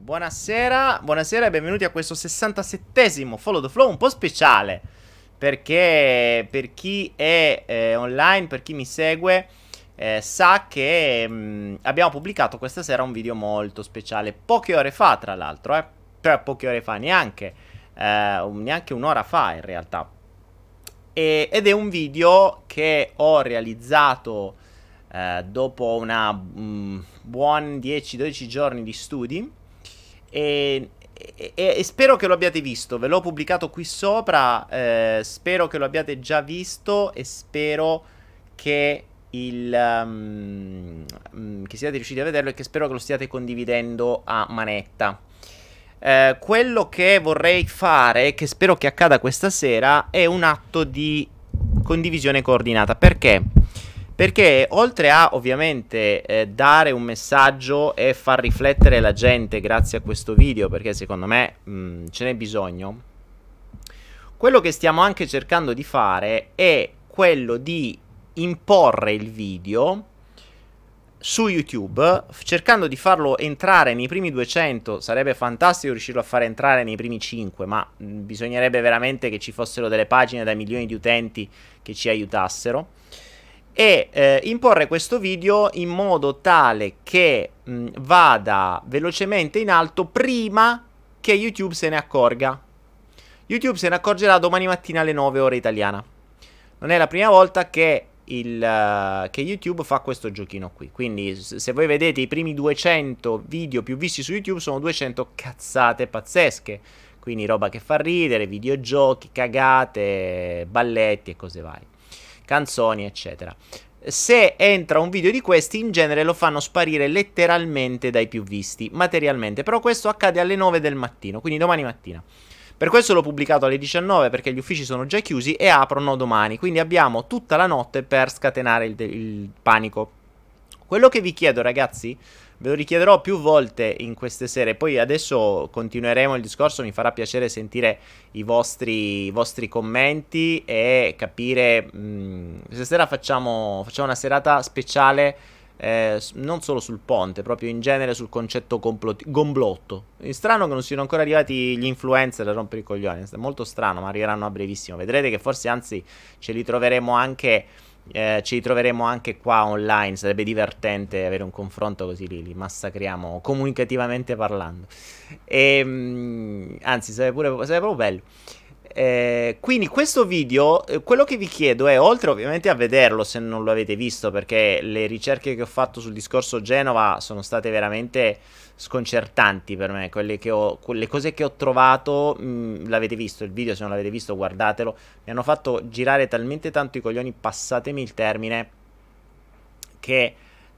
Buonasera, buonasera e benvenuti a questo 67esimo Follow the Flow un po' speciale. Perché per chi è online, per chi mi segue, sa che abbiamo pubblicato questa sera un video molto speciale. Poche ore fa, tra l'altro, cioè poche ore fa, neanche un'ora fa in realtà. Ed è un video che ho realizzato dopo una buon 10-12 giorni di studi e spero che lo abbiate visto. Ve l'ho pubblicato qui sopra, spero che lo abbiate già visto e spero che che siate riusciti a vederlo e che spero che lo stiate condividendo a manetta. Quello che vorrei fare, che spero che accada questa sera, è un atto di condivisione coordinata. Perché? Perché oltre a ovviamente dare un messaggio e far riflettere la gente grazie a questo video, perché secondo me ce n'è bisogno, quello che stiamo anche cercando di fare è quello di imporre il video su YouTube, cercando di farlo entrare nei primi 200. Sarebbe fantastico riuscirlo a fare entrare nei primi 5, ma bisognerebbe veramente che ci fossero delle pagine da milioni di utenti che ci aiutassero. E imporre questo video in modo tale che vada velocemente in alto prima che YouTube se ne accorga. YouTube se ne accorgerà domani mattina alle 9 ore italiana. Non è la prima volta che YouTube fa questo giochino qui. Quindi se voi vedete i primi 200 video più visti su YouTube, sono 200 cazzate pazzesche. Quindi roba che fa ridere, videogiochi, cagate, balletti e cose varie, canzoni eccetera. Se entra un video di questi, in genere lo fanno sparire letteralmente dai più visti, materialmente. Però questo accade alle 9 del mattino, quindi domani mattina. Per questo l'ho pubblicato alle 19, perché gli uffici sono già chiusi e aprono domani. Quindi abbiamo tutta la notte per scatenare il panico. Quello che vi chiedo, ragazzi, ve lo richiederò più volte in queste sere. Poi adesso continueremo il discorso. Mi farà piacere sentire i vostri commenti e capire. Questa sera facciamo una serata speciale. Non solo sul ponte, proprio in genere sul concetto gomblotto. È strano che non siano ancora arrivati gli influencer a rompere i coglioni. È molto strano, ma arriveranno a brevissimo. Vedrete che forse anzi ce li troveremo anche qua online. Sarebbe divertente avere un confronto così, li massacriamo comunicativamente parlando. Anzi, sarebbe proprio bello. Quindi questo video, quello che vi chiedo è, oltre ovviamente a vederlo se non lo avete visto, perché le ricerche che ho fatto sul discorso Genova sono state veramente sconcertanti per me. Quelle cose che ho trovato, l'avete visto il video? Se non l'avete visto, guardatelo. Mi hanno fatto girare talmente tanto i coglioni, passatemi il termine, che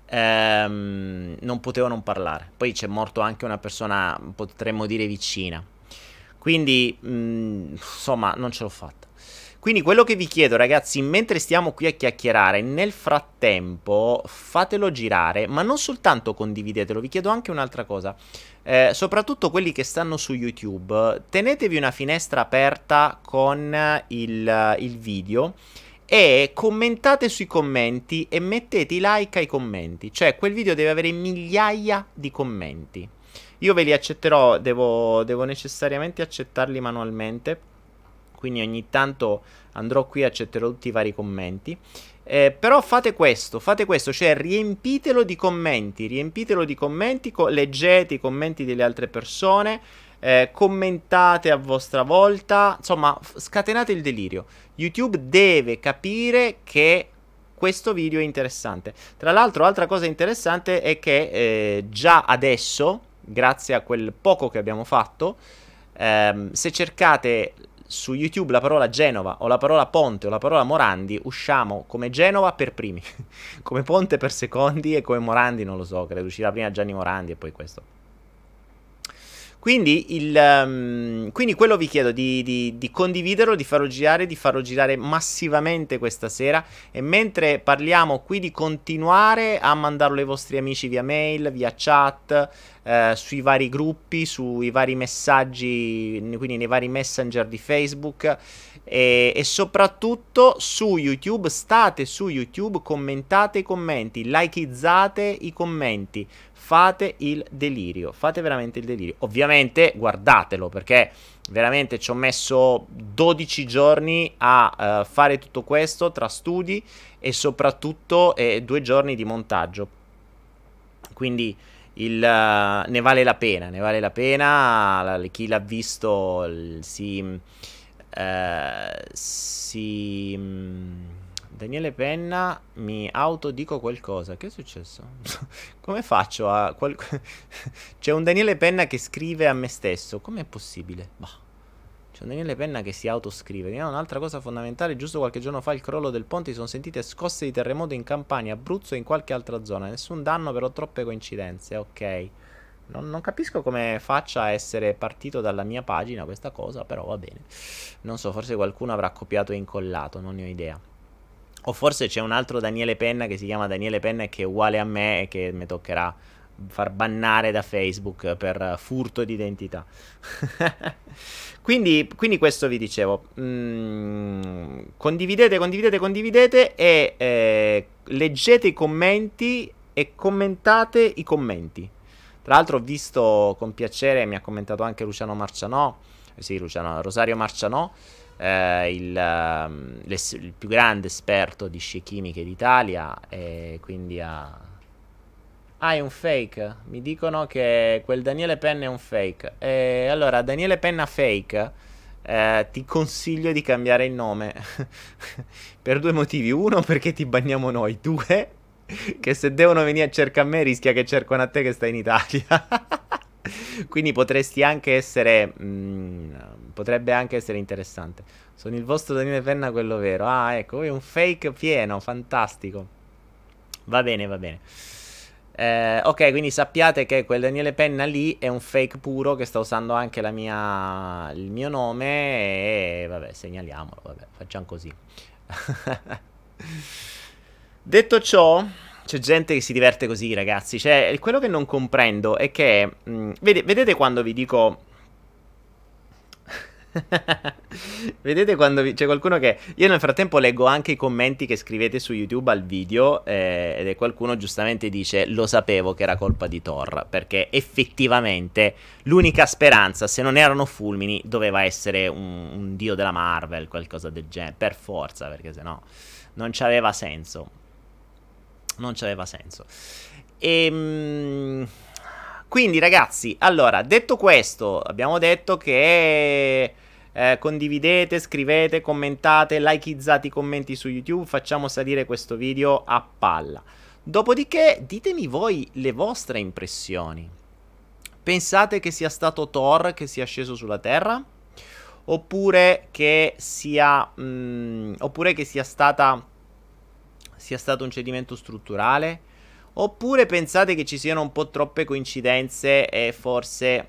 non potevo non parlare. Poi c'è morto anche una persona, potremmo dire, vicina. Quindi, insomma, non ce l'ho fatta. Quindi quello che vi chiedo, ragazzi, mentre stiamo qui a chiacchierare, nel frattempo fatelo girare, ma non soltanto condividetelo, vi chiedo anche un'altra cosa. Soprattutto quelli che stanno su YouTube, tenetevi una finestra aperta con il video e commentate sui commenti e mettete i like ai commenti. Cioè, quel video deve avere migliaia di commenti. Io ve li accetterò, devo necessariamente accettarli manualmente, quindi ogni tanto andrò qui e accetterò tutti i vari commenti. Però fate questo, cioè riempitelo di commenti, leggete i commenti delle altre persone, commentate a vostra volta, insomma scatenate il delirio. YouTube deve capire che questo video è interessante. Tra l'altro, altra cosa interessante è che già adesso, grazie a quel poco che abbiamo fatto, se cercate su YouTube la parola Genova o la parola Ponte o la parola Morandi, usciamo come Genova per primi, come Ponte per secondi e come Morandi non lo so, credo uscirà prima Gianni Morandi e poi questo. Quindi quello vi chiedo di condividerlo, di farlo girare massivamente questa sera. E mentre parliamo qui, di continuare a mandarlo ai vostri amici via mail, via chat, sui vari gruppi, sui vari messaggi, quindi nei vari messenger di Facebook. E soprattutto su YouTube, state su YouTube, commentate i commenti, likeizzate i commenti, fate il delirio, fate veramente il delirio. Ovviamente guardatelo, perché veramente ci ho messo 12 giorni a fare tutto questo tra studi e soprattutto 2 giorni di montaggio. Quindi ne vale la pena, ne vale la pena. Chi l'ha visto Daniele Penna, mi autodico qualcosa. Che è successo? Come faccio a... C'è un Daniele Penna che scrive a me stesso. Com'è possibile? Bah. C'è un Daniele Penna che si autoscrive. Vediamo un'altra cosa fondamentale. Giusto qualche giorno fa il crollo del ponte. Si sono sentite scosse di terremoto in Campania, Abruzzo e in qualche altra zona. Nessun danno, però troppe coincidenze. Ok. Non capisco come faccia a essere partito dalla mia pagina questa cosa, però va bene. Non so, forse qualcuno avrà copiato e incollato, non ne ho idea. O forse c'è un altro Daniele Penna che si chiama Daniele Penna e che è uguale a me e che mi toccherà far bannare da Facebook per furto di identità. quindi questo vi dicevo. Condividete e leggete i commenti e commentate i commenti. Tra l'altro ho visto con piacere, mi ha commentato anche Luciano Marcianò, Rosario Marcianò, il più grande esperto di scie chimiche d'Italia, e quindi Ah, è un fake? Mi dicono che quel Daniele Penna è un fake. Allora, Daniele Penna fake, ti consiglio di cambiare il nome. Per 2 motivi. Uno, perché ti banniamo noi. 2, che se devono venire a cercare me rischia che cercano a te che stai in Italia. Quindi potresti anche essere... potrebbe anche essere interessante. Sono il vostro Daniele Penna, quello vero. Ah, ecco, è un fake pieno, fantastico. Va bene, va bene. Ok, quindi sappiate che quel Daniele Penna lì è un fake puro che sta usando anche il mio nome e vabbè, segnaliamolo, vabbè, facciamo così. Detto ciò, c'è gente che si diverte così, ragazzi. Cioè, quello che non comprendo è che vedete quando vi dico vedete quando c'è qualcuno che... Io nel frattempo leggo anche i commenti che scrivete su YouTube al video, ed è qualcuno giustamente dice: lo sapevo che era colpa di Thor, perché effettivamente l'unica speranza, se non erano fulmini, doveva essere un dio della Marvel, qualcosa del genere, per forza, perché sennò non c'aveva senso. Non c'aveva senso. Quindi ragazzi, allora, detto questo, abbiamo detto che condividete, scrivete, commentate, likeizzate i commenti su YouTube, facciamo salire questo video a palla. Dopodiché ditemi voi le vostre impressioni. Pensate che sia stato Thor che sia sceso sulla Terra? Oppure che sia stato un cedimento strutturale? Oppure pensate che ci siano un po' troppe coincidenze e forse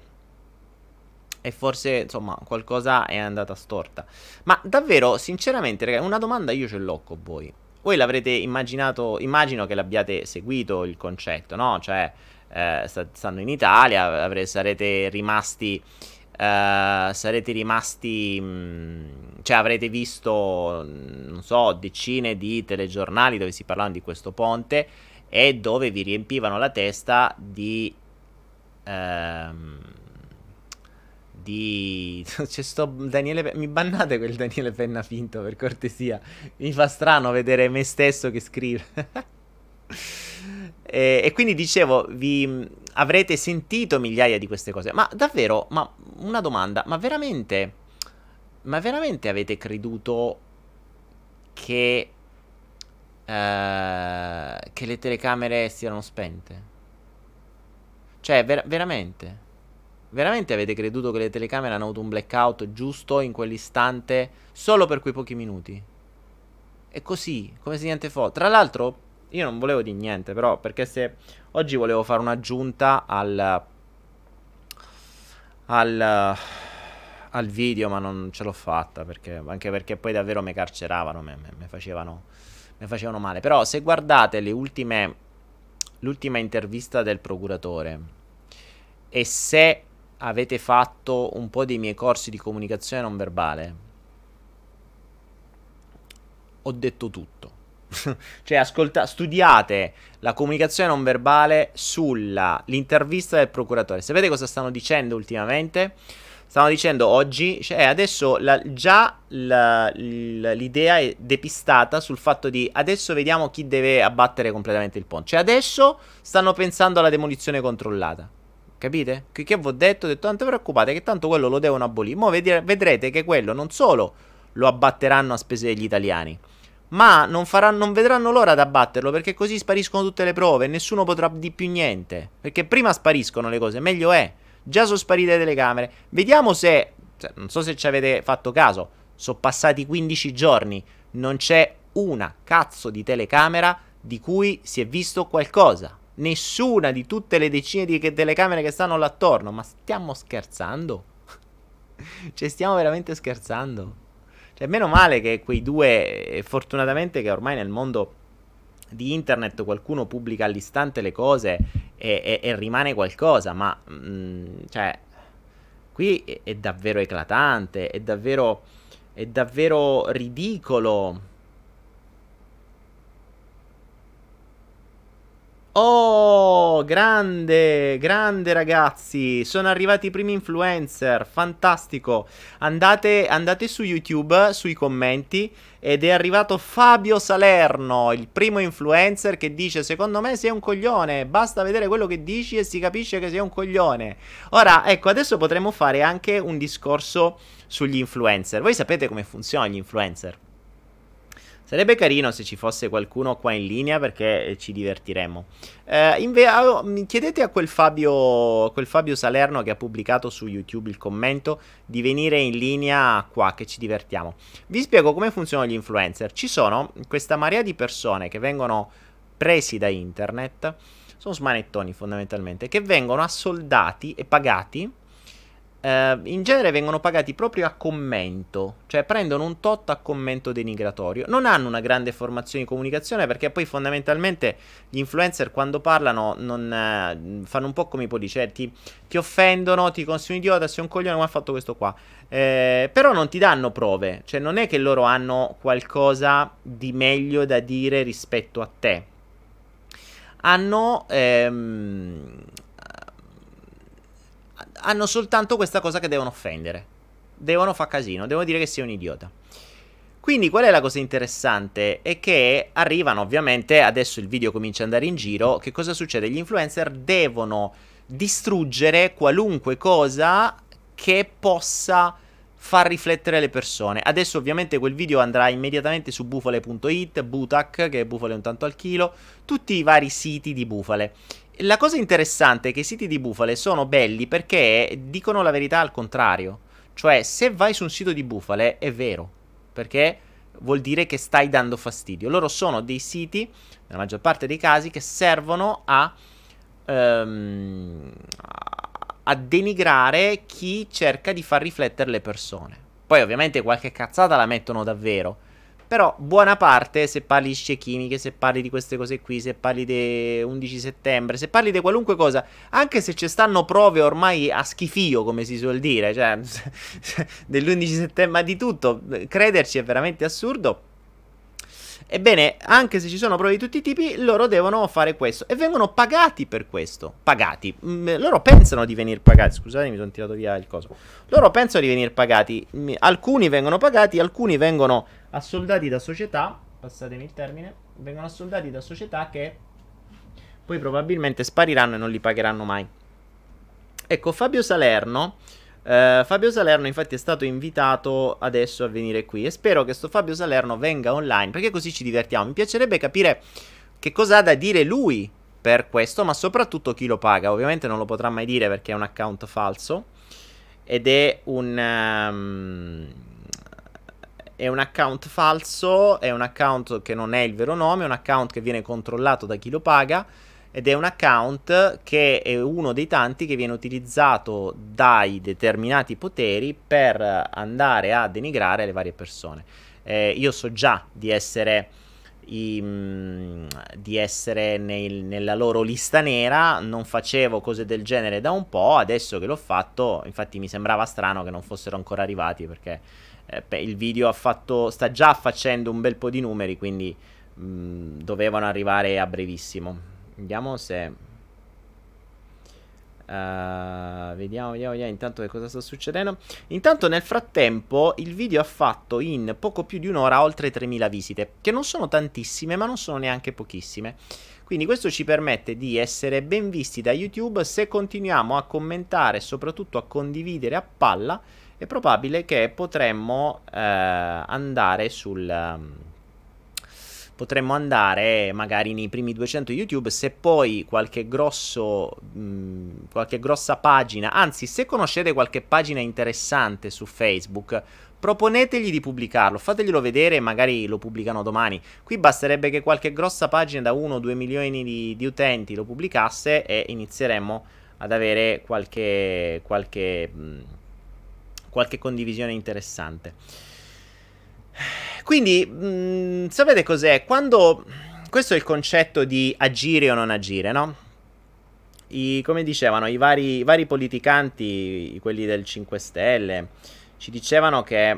insomma qualcosa è andata storta? Ma davvero, sinceramente, ragazzi, una domanda io ce l'ho con voi. Voi l'avrete immaginato, immagino che l'abbiate seguito il concetto, no? Cioè, stando in Italia, sarete rimasti... cioè avrete visto, non so, decine di telegiornali dove si parlavano di questo ponte e dove vi riempivano la testa c'è sto Daniele mi bannate quel Daniele Penna finto, per cortesia, mi fa strano vedere me stesso che scrive. E quindi dicevo, vi avrete sentito migliaia di queste cose. Ma davvero, ma una domanda, ma veramente avete creduto che le telecamere siano spente? Cioè, veramente? Veramente avete creduto che le telecamere hanno avuto un blackout giusto in quell'istante, solo per quei pochi minuti? E così, come se niente fosse. Tra l'altro, io non volevo dire niente, però, perché se oggi volevo fare un'aggiunta al video, ma non ce l'ho fatta, anche perché poi davvero mi carceravano, mi facevano male. Però se guardate l'ultima intervista del procuratore, e se avete fatto un po' dei miei corsi di comunicazione non verbale, ho detto tutto. Cioè, studiate la comunicazione non verbale sull'intervista del procuratore. Sapete cosa stanno dicendo ultimamente? Stanno dicendo oggi, cioè adesso l'idea è depistata sul fatto di adesso vediamo chi deve abbattere completamente il ponte. Cioè adesso stanno pensando alla demolizione controllata. Capite? Che vi ho detto? Ho detto non ti preoccupate che tanto quello lo devono abolire. Mo vedrete che quello non solo lo abbatteranno a spese degli italiani, ma non vedranno l'ora di abbatterlo, perché così spariscono tutte le prove e nessuno potrà di più niente. Perché prima spariscono le cose, meglio è. Già sono sparite le telecamere. Vediamo se, cioè, non so se ci avete fatto caso, sono passati 15 giorni, non c'è una cazzo di telecamera di cui si è visto qualcosa. Nessuna di tutte le decine di telecamere che stanno là attorno. Ma stiamo scherzando? Cioè, stiamo veramente scherzando? Cioè, meno male che quei due, fortunatamente che ormai nel mondo di internet qualcuno pubblica all'istante le cose e rimane qualcosa, ma cioè, qui è davvero eclatante, è davvero ridicolo. Oh, grande, grande ragazzi, sono arrivati i primi influencer, fantastico. Andate su YouTube, sui commenti, ed è arrivato Fabio Salerno, il primo influencer che dice secondo me sei un coglione, basta vedere quello che dici e si capisce che sei un coglione. Ora, ecco, adesso potremmo fare anche un discorso sugli influencer. Voi sapete come funzionano gli influencer? Sarebbe carino se ci fosse qualcuno qua in linea perché ci divertiremmo. Chiedete a quel Fabio Salerno che ha pubblicato su YouTube il commento di venire in linea qua che ci divertiamo. Vi spiego come funzionano gli influencer. Ci sono questa marea di persone che vengono presi da internet, sono smanettoni fondamentalmente, che vengono assoldati e pagati. In genere vengono pagati proprio a commento, cioè prendono un tot a commento denigratorio. Non hanno una grande formazione di comunicazione perché poi fondamentalmente gli influencer quando parlano non fanno un po' come i politici, cioè ti offendono, ti considerano un idiota, sei un coglione come ha fatto questo qua. Però non ti danno prove, cioè non è che loro hanno qualcosa di meglio da dire rispetto a te. Hanno soltanto questa cosa che devono offendere. Devono far casino, devono dire che sei un idiota. Quindi qual è la cosa interessante? È che arrivano ovviamente, adesso il video comincia ad andare in giro, che cosa succede? Gli influencer devono distruggere qualunque cosa che possa far riflettere le persone. Adesso ovviamente quel video andrà immediatamente su bufale.it, Butac, che è bufale un tanto al chilo, tutti i vari siti di bufale. La cosa interessante è che i siti di bufale sono belli perché dicono la verità al contrario. Cioè, se vai su un sito di bufale è vero, perché vuol dire che stai dando fastidio. Loro sono dei siti, nella maggior parte dei casi, che servono a denigrare chi cerca di far riflettere le persone. Poi ovviamente qualche cazzata la mettono davvero, però buona parte, se parli di scie chimiche, se parli di queste cose qui, se parli di 11 settembre, se parli di qualunque cosa, anche se ci stanno prove ormai a schifio, come si suol dire, cioè dell'11 settembre, ma di tutto, crederci è veramente assurdo. Ebbene, anche se ci sono prove di tutti i tipi, loro devono fare questo e vengono pagati per questo. Pagati. Loro pensano di venire pagati. Scusate, mi sono tirato via il coso. Loro pensano di venire pagati. Alcuni vengono pagati, alcuni vengono assoldati da società. Passatemi il termine. Vengono assoldati da società che poi probabilmente spariranno e non li pagheranno mai. Ecco, Fabio Salerno infatti è stato invitato adesso a venire qui e spero che sto Fabio Salerno venga online perché così ci divertiamo. Mi piacerebbe capire che cosa ha da dire lui per questo, ma soprattutto chi lo paga. Ovviamente non lo potrà mai dire perché è un account falso ed è un account falso, è un account che non è il vero nome, è un account che viene controllato da chi lo paga. Ed è un account che è uno dei tanti che viene utilizzato dai determinati poteri per andare a denigrare le varie persone. Io so già di essere nella loro lista nera, non facevo cose del genere da un po', adesso che l'ho fatto, infatti mi sembrava strano che non fossero ancora arrivati perché il video sta già facendo un bel po' di numeri, quindi dovevano arrivare a brevissimo. Vediamo se... vediamo intanto che cosa sta succedendo. Intanto nel frattempo il video ha fatto in poco più di un'ora oltre 3000 visite, che non sono tantissime ma non sono neanche pochissime. Quindi questo ci permette di essere ben visti da YouTube. Se continuiamo a commentare e soprattutto a condividere a palla, è probabile che potremmo andare potremmo andare magari nei primi 200 YouTube. Se poi qualche grossa pagina, anzi se conoscete qualche pagina interessante su Facebook, proponetegli di pubblicarlo, fateglielo vedere e magari lo pubblicano domani. Qui basterebbe che qualche grossa pagina da 1-2 milioni di utenti lo pubblicasse e inizieremmo ad avere qualche condivisione interessante. Quindi, sapete cos'è? Quando... Questo è il concetto di agire o non agire, no? Come dicevano, i vari politicanti, quelli del 5 Stelle, ci dicevano che...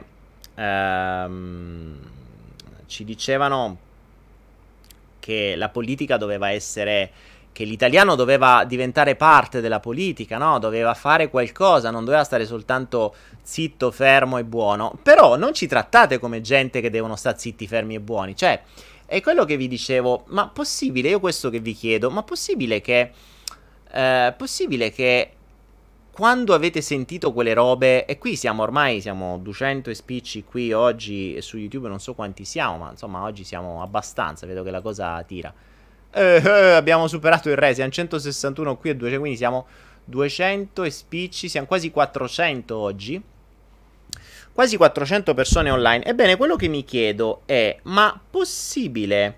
ci dicevano che la politica doveva essere... che l'italiano doveva diventare parte della politica, no? Doveva fare qualcosa, non doveva stare soltanto zitto, fermo e buono. Però non ci trattate come gente che devono stare zitti, fermi e buoni. Cioè, è quello che vi dicevo, ma possibile, io questo che vi chiedo, ma possibile che quando avete sentito quelle robe, e qui siamo 200 e spicci qui oggi, e su YouTube non so quanti siamo, ma insomma oggi siamo abbastanza, vedo che la cosa tira. Abbiamo superato il re, siamo 161 qui e 200, quindi siamo 200 e spicci, siamo quasi 400 oggi. Quasi 400 persone online. Ebbene, quello che mi chiedo è, ma possibile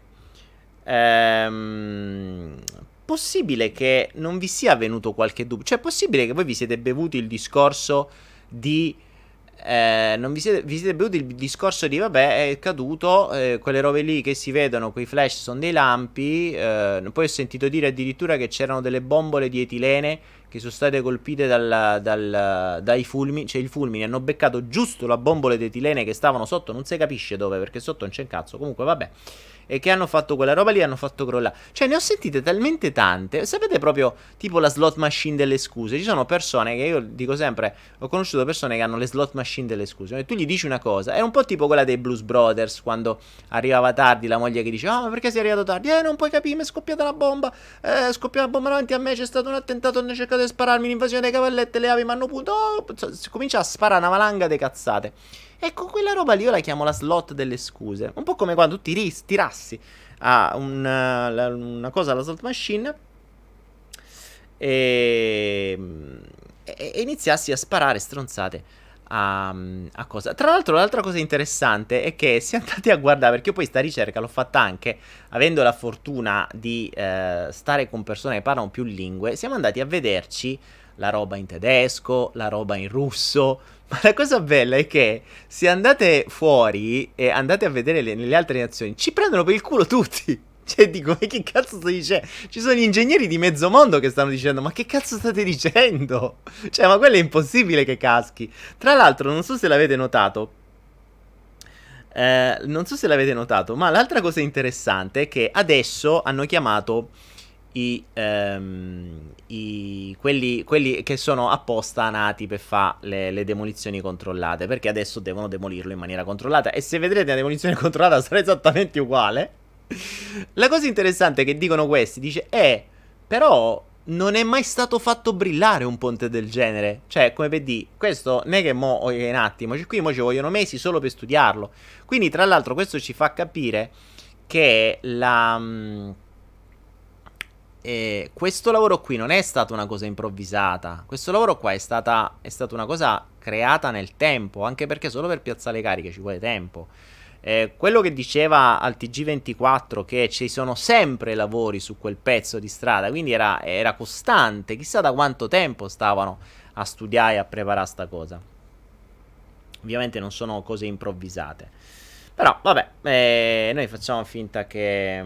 possibile che non vi sia venuto qualche dubbio? Cioè, è possibile che voi vi siete bevuti il discorso di non vi siete bevuti il discorso di vabbè è caduto, quelle robe lì che si vedono, quei flash sono dei lampi, poi ho sentito dire addirittura che c'erano delle bombole di etilene che sono state colpite dai fulmini, cioè i fulmini hanno beccato giusto la bombola di etilene che stavano sotto, non si capisce dove perché sotto non c'è un cazzo, comunque vabbè, e che hanno fatto quella roba lì, hanno fatto crollare. Cioè ne ho sentite talmente tante, sapete, proprio tipo la slot machine delle scuse. Ci sono persone che, io dico sempre, ho conosciuto persone che hanno le slot machine delle scuse, e tu gli dici una cosa, è un po' tipo quella dei Blues Brothers, quando arrivava tardi la moglie che dice ma perché sei arrivato tardi? Non puoi capire, mi è scoppiata una bomba, scoppia una bomba davanti a me, c'è stato un attentato, hanno cercato di spararmi, l'invasione dei cavallette, le avi mi hanno punto, comincia a sparare una valanga di cazzate. Ecco, quella roba lì io la chiamo la slot delle scuse. Un po' come quando tu tirassi a una cosa alla slot machine e iniziassi a sparare stronzate a cosa. Tra l'altro, l'altra cosa interessante è che se andate a guardare, perché io poi sta ricerca l'ho fatta anche avendo la fortuna di stare con persone che parlano più lingue, siamo andati a vederci la roba in tedesco, la roba in russo. Ma la cosa bella è che se andate fuori e andate a vedere nelle altre nazioni, ci prendono per il culo tutti. Cioè dico, ma che cazzo stai dicendo? Ci sono gli ingegneri di mezzo mondo che stanno dicendo, ma che cazzo state dicendo? Cioè, ma quello è impossibile che caschi. Tra l'altro, non so se l'avete notato, ma l'altra cosa interessante è che adesso hanno chiamato quelli che sono apposta nati per fare le demolizioni controllate, perché adesso devono demolirlo in maniera controllata, e se vedrete una demolizione controllata sarà esattamente uguale. La cosa interessante che dicono questi, dice però non è mai stato fatto brillare un ponte del genere, cioè come per dire, questo non è che mo è un attimo, cioè, qui mo ci vogliono mesi solo per studiarlo. Quindi tra l'altro questo ci fa capire che questo lavoro qui non è stata una cosa improvvisata. Questo lavoro qua è stata una cosa creata nel tempo, anche perché solo per piazzare le cariche ci vuole tempo. Quello che diceva al TG24 che ci sono sempre lavori su quel pezzo di strada, quindi era costante, chissà da quanto tempo stavano a studiare e a preparare sta cosa. Ovviamente non sono cose improvvisate, però vabbè, noi facciamo finta che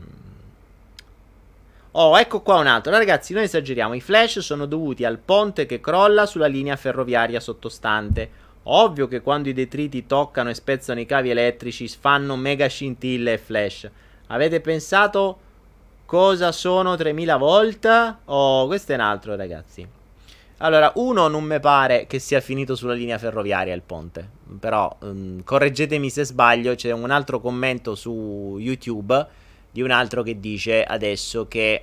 oh, ecco qua un altro. Ragazzi, noi esageriamo. I flash sono dovuti al ponte che crolla sulla linea ferroviaria sottostante. Ovvio che quando i detriti toccano e spezzano i cavi elettrici fanno mega scintille e flash. Avete pensato cosa sono 3000 volt? Oh, questo è un altro, ragazzi. Allora, uno, non mi pare che sia finito sulla linea ferroviaria il ponte. Però, correggetemi se sbaglio, c'è un altro commento su YouTube di un altro che dice adesso che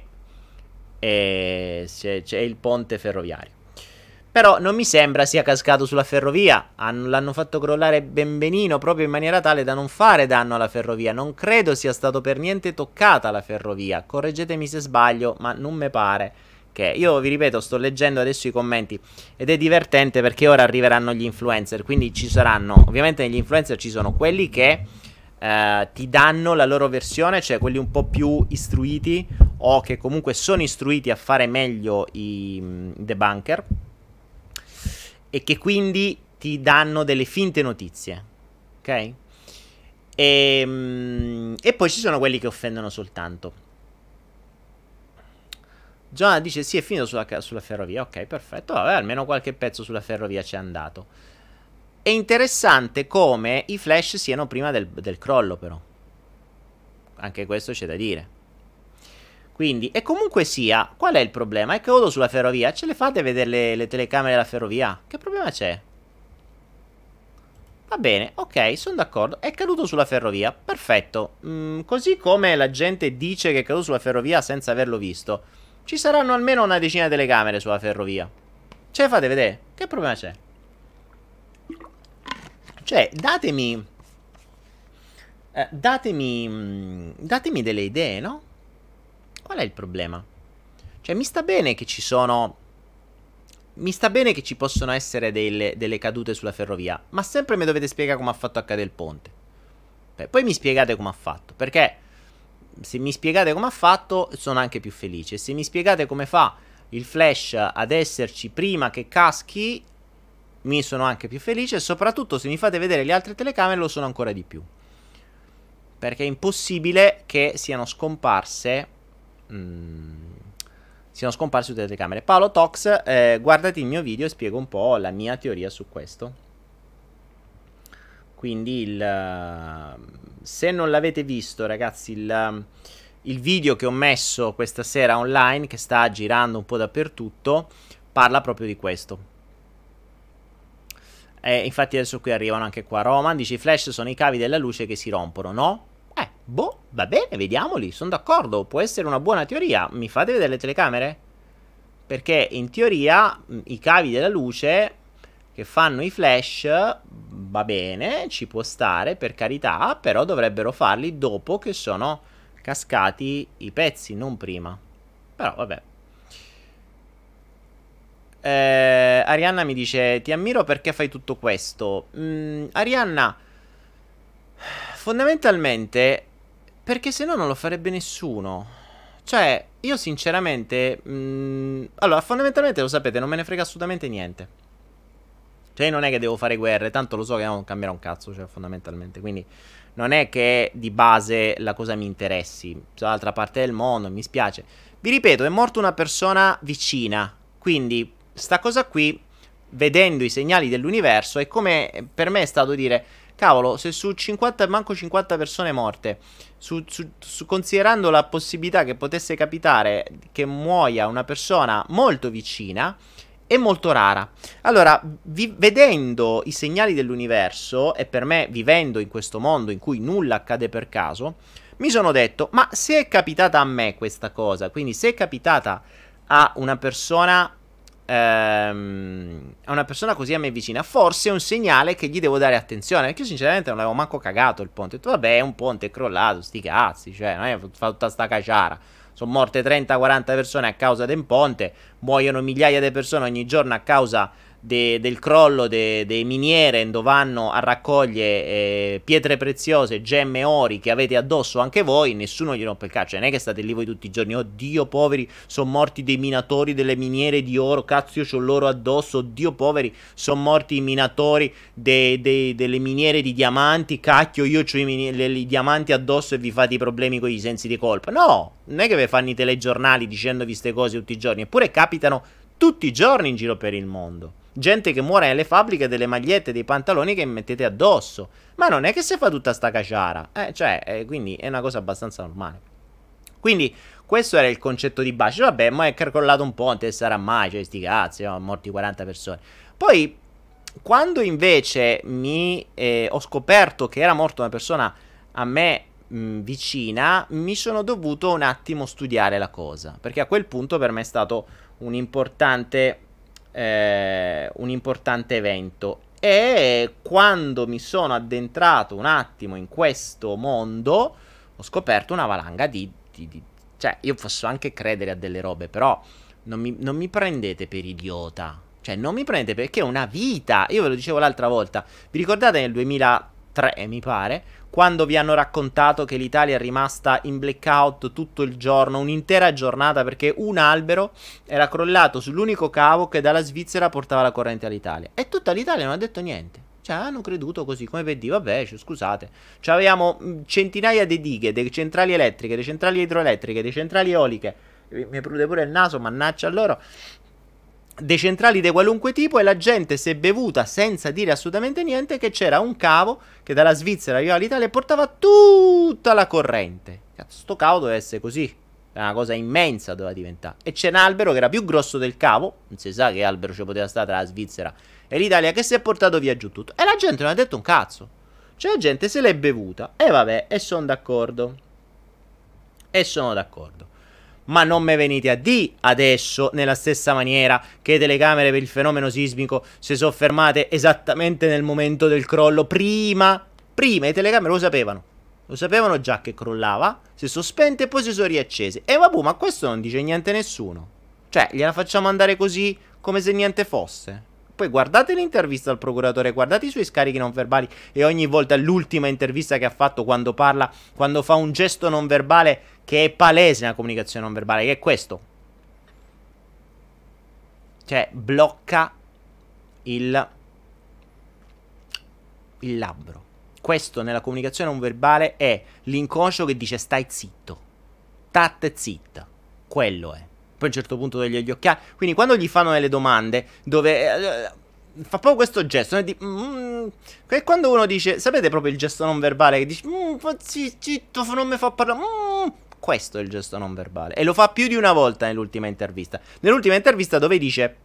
c'è il ponte ferroviario. Però non mi sembra sia cascato sulla ferrovia. L'hanno fatto crollare ben benino proprio in maniera tale da non fare danno alla ferrovia. Non credo sia stato per niente toccata la ferrovia. Correggetemi se sbaglio, ma non mi pare che... Io vi ripeto, sto leggendo adesso i commenti ed è divertente perché ora arriveranno gli influencer. Quindi ci saranno... Ovviamente negli influencer ci sono quelli che ti danno la loro versione, cioè quelli un po' più istruiti o che comunque sono istruiti a fare meglio i debunker, e che quindi ti danno delle finte notizie, ok? E poi ci sono quelli che offendono soltanto. Giovanna dice sì, è finito sulla ferrovia. Ok, perfetto, vabbè, almeno qualche pezzo sulla ferrovia ci è andato. È interessante come i flash siano prima del crollo, però. Anche questo c'è da dire. Quindi, e comunque sia, qual è il problema? È caduto sulla ferrovia. Ce le fate vedere le telecamere della ferrovia? Che problema c'è? Va bene, ok, sono d'accordo. È caduto sulla ferrovia, perfetto. Così come la gente dice che è caduto sulla ferrovia senza averlo visto, ci saranno almeno una decina di telecamere sulla ferrovia. Ce le fate vedere? Che problema c'è? Cioè, datemi delle idee, no? Qual è il problema? Cioè, mi sta bene che ci sono... Mi sta bene che ci possono essere delle cadute sulla ferrovia, ma sempre mi dovete spiegare come ha fatto a cadere il ponte. Poi mi spiegate come ha fatto, perché se mi spiegate come ha fatto sono anche più felice. Se mi spiegate come fa il flash ad esserci prima che caschi, mi sono anche più felice. E soprattutto se mi fate vedere le altre telecamere lo sono ancora di più, perché è impossibile che siano scomparse tutte le telecamere. Paolo Tox, guardati il mio video e spiego un po' la mia teoria su questo. Quindi se non l'avete visto, ragazzi, il video che ho messo questa sera online, che sta girando un po' dappertutto, parla proprio di questo. Infatti adesso qui arrivano anche qua. Roman dice: i flash sono i cavi della luce che si rompono, no? Va bene, vediamoli, sono d'accordo, può essere una buona teoria. Mi fate vedere le telecamere? Perché in teoria i cavi della luce che fanno i flash, va bene, ci può stare, per carità, però dovrebbero farli dopo che sono cascati i pezzi, non prima. Però vabbè. Arianna mi dice: ti ammiro perché fai tutto questo. Arianna, fondamentalmente perché se no non lo farebbe nessuno. Cioè, io sinceramente allora, fondamentalmente lo sapete, non me ne frega assolutamente niente. Cioè, non è che devo fare guerre, tanto lo so che non cambierà un cazzo, cioè, fondamentalmente. Quindi non è che di base la cosa mi interessi. Dall'altra parte del mondo, mi spiace. Vi ripeto, è morta una persona vicina. Quindi sta cosa qui, vedendo i segnali dell'universo, è come per me è stato dire: cavolo, se su 50, manco 50 persone morte, considerando la possibilità che potesse capitare che muoia una persona molto vicina, è molto rara. Allora, vedendo i segnali dell'universo, e per me vivendo in questo mondo in cui nulla accade per caso, mi sono detto: ma se è capitata a me questa cosa, quindi se è capitata a una persona così a me vicina, forse è un segnale che gli devo dare attenzione, perché io sinceramente non avevo manco cagato il ponte. Ho detto: vabbè, è un ponte, è crollato, sti cazzi, cioè non è fa tutta sta caciara. Sono morte 30-40 persone a causa del ponte, muoiono migliaia di persone ogni giorno a causa del crollo dei miniere dove vanno a raccogliere pietre preziose, gemme, ori che avete addosso anche voi. Nessuno gli rompe il cazzo. Non è che state lì voi tutti i giorni: oddio poveri, sono morti dei minatori delle miniere di oro, cazzo io c'ho l'oro addosso, oddio poveri, sono morti i minatori delle miniere di diamanti, cacchio io c'ho i diamanti addosso e vi fate i problemi con i sensi di colpa. No, non è che vi fanno i telegiornali dicendovi queste cose tutti i giorni, eppure capitano tutti i giorni in giro per il mondo. gente che muore nelle fabbriche delle magliette, dei pantaloni che mettete addosso. Ma non è che si fa tutta sta caciara. Quindi è una cosa abbastanza normale. Quindi questo era il concetto di base. Vabbè, ma è crollato un ponte, sarà mai, cioè sti cazzi, no? Morti 40 persone. Poi, quando invece ho scoperto che era morta una persona a me vicina, mi sono dovuto un attimo studiare la cosa, perché a quel punto per me è stato un importante evento. E quando mi sono addentrato un attimo in questo mondo, ho scoperto una valanga cioè, io posso anche credere a delle robe, però non mi prendete per idiota. Cioè, non mi prendete perché è una vita. Io ve lo dicevo l'altra volta. Vi ricordate nel 2003, mi pare, quando vi hanno raccontato che l'Italia è rimasta in blackout tutto il giorno, un'intera giornata, perché un albero era crollato sull'unico cavo che dalla Svizzera portava la corrente all'Italia. E tutta l'Italia non ha detto niente. Cioè, hanno creduto così, come per dire, vabbè, scusate. Cioè, avevamo centinaia di dighe, delle centrali elettriche, delle centrali idroelettriche, delle centrali eoliche. Mi prude pure il naso, mannaggia a loro. Dei centrali di qualunque tipo, e la gente si è bevuta senza dire assolutamente niente che c'era un cavo che dalla Svizzera arrivava all'Italia e portava tutta la corrente. Cazzo, sto cavo doveva essere così. Era una cosa immensa, doveva diventare. E c'è un albero che era più grosso del cavo. Non si sa che albero ci poteva stare tra la Svizzera e l'Italia, che si è portato via giù tutto. E la gente non ha detto un cazzo. Cioè la gente se l'è bevuta. E vabbè, e sono d'accordo. Ma non me venite a dire adesso, nella stessa maniera, che le telecamere per il fenomeno sismico si sono fermate esattamente nel momento del crollo. Prima le telecamere lo sapevano già che crollava, si sono spente e poi si sono riaccese. E vabbè, ma questo non dice niente nessuno. Cioè, gliela facciamo andare così, come se niente fosse. Poi guardate l'intervista al procuratore, guardate i suoi scarichi non verbali, e ogni volta l'ultima intervista che ha fatto, quando parla, quando fa un gesto non verbale che è palese nella comunicazione non verbale, che è questo. Cioè, blocca il labbro. Questo nella comunicazione non verbale è l'inconscio che dice stai zitto, state zitta. Quello è. Poi a un certo punto toglie gli occhiali. Quindi quando gli fanno delle domande dove fa proprio questo gesto, che quando uno dice, sapete proprio il gesto non verbale che dice zitto, non mi fa parlare. Questo è il gesto non verbale. E lo fa più di una volta nell'ultima intervista. Nell'ultima intervista dove dice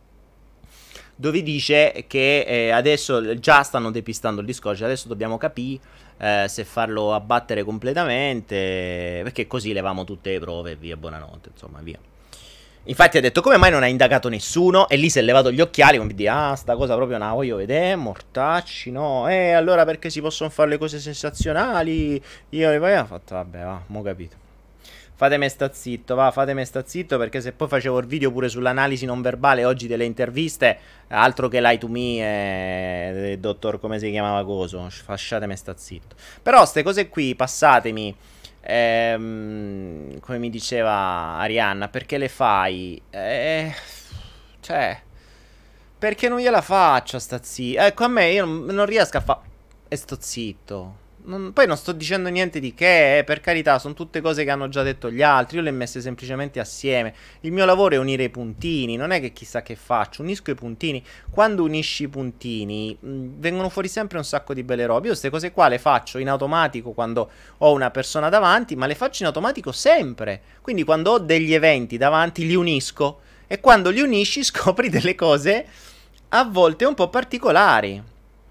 che adesso già stanno depistando il discorso, adesso dobbiamo capire se farlo abbattere completamente, perché così levamo tutte le prove e via, buonanotte, insomma, via. Infatti ha detto come mai non ha indagato nessuno, e lì si è levato gli occhiali come dire sta cosa proprio non la voglio vedere, mortacci, no, allora perché si possono fare le cose sensazionali, io poi ho fatto vabbè, va, mo capito. Fatemi sta zitto, perché se poi facevo il video pure sull'analisi non verbale oggi delle interviste, altro che Lie to Me, dottor come si chiamava coso, fasciatemi sta zitto. Però ste cose qui, passatemi, come mi diceva Arianna, perché le fai? Cioè, perché non gliela faccio sta zitto? Ecco, a me io non riesco a fare. E sto zitto. Poi non sto dicendo niente di che, per carità, sono tutte cose che hanno già detto gli altri, io le ho messe semplicemente assieme. Il mio lavoro è unire i puntini, non è che chissà che faccio, unisco i puntini. Quando unisci i puntini vengono fuori sempre un sacco di belle robe. Io queste cose qua le faccio in automatico quando ho una persona davanti, ma le faccio in automatico sempre. Quindi quando ho degli eventi davanti li unisco, e quando li unisci scopri delle cose a volte un po' particolari.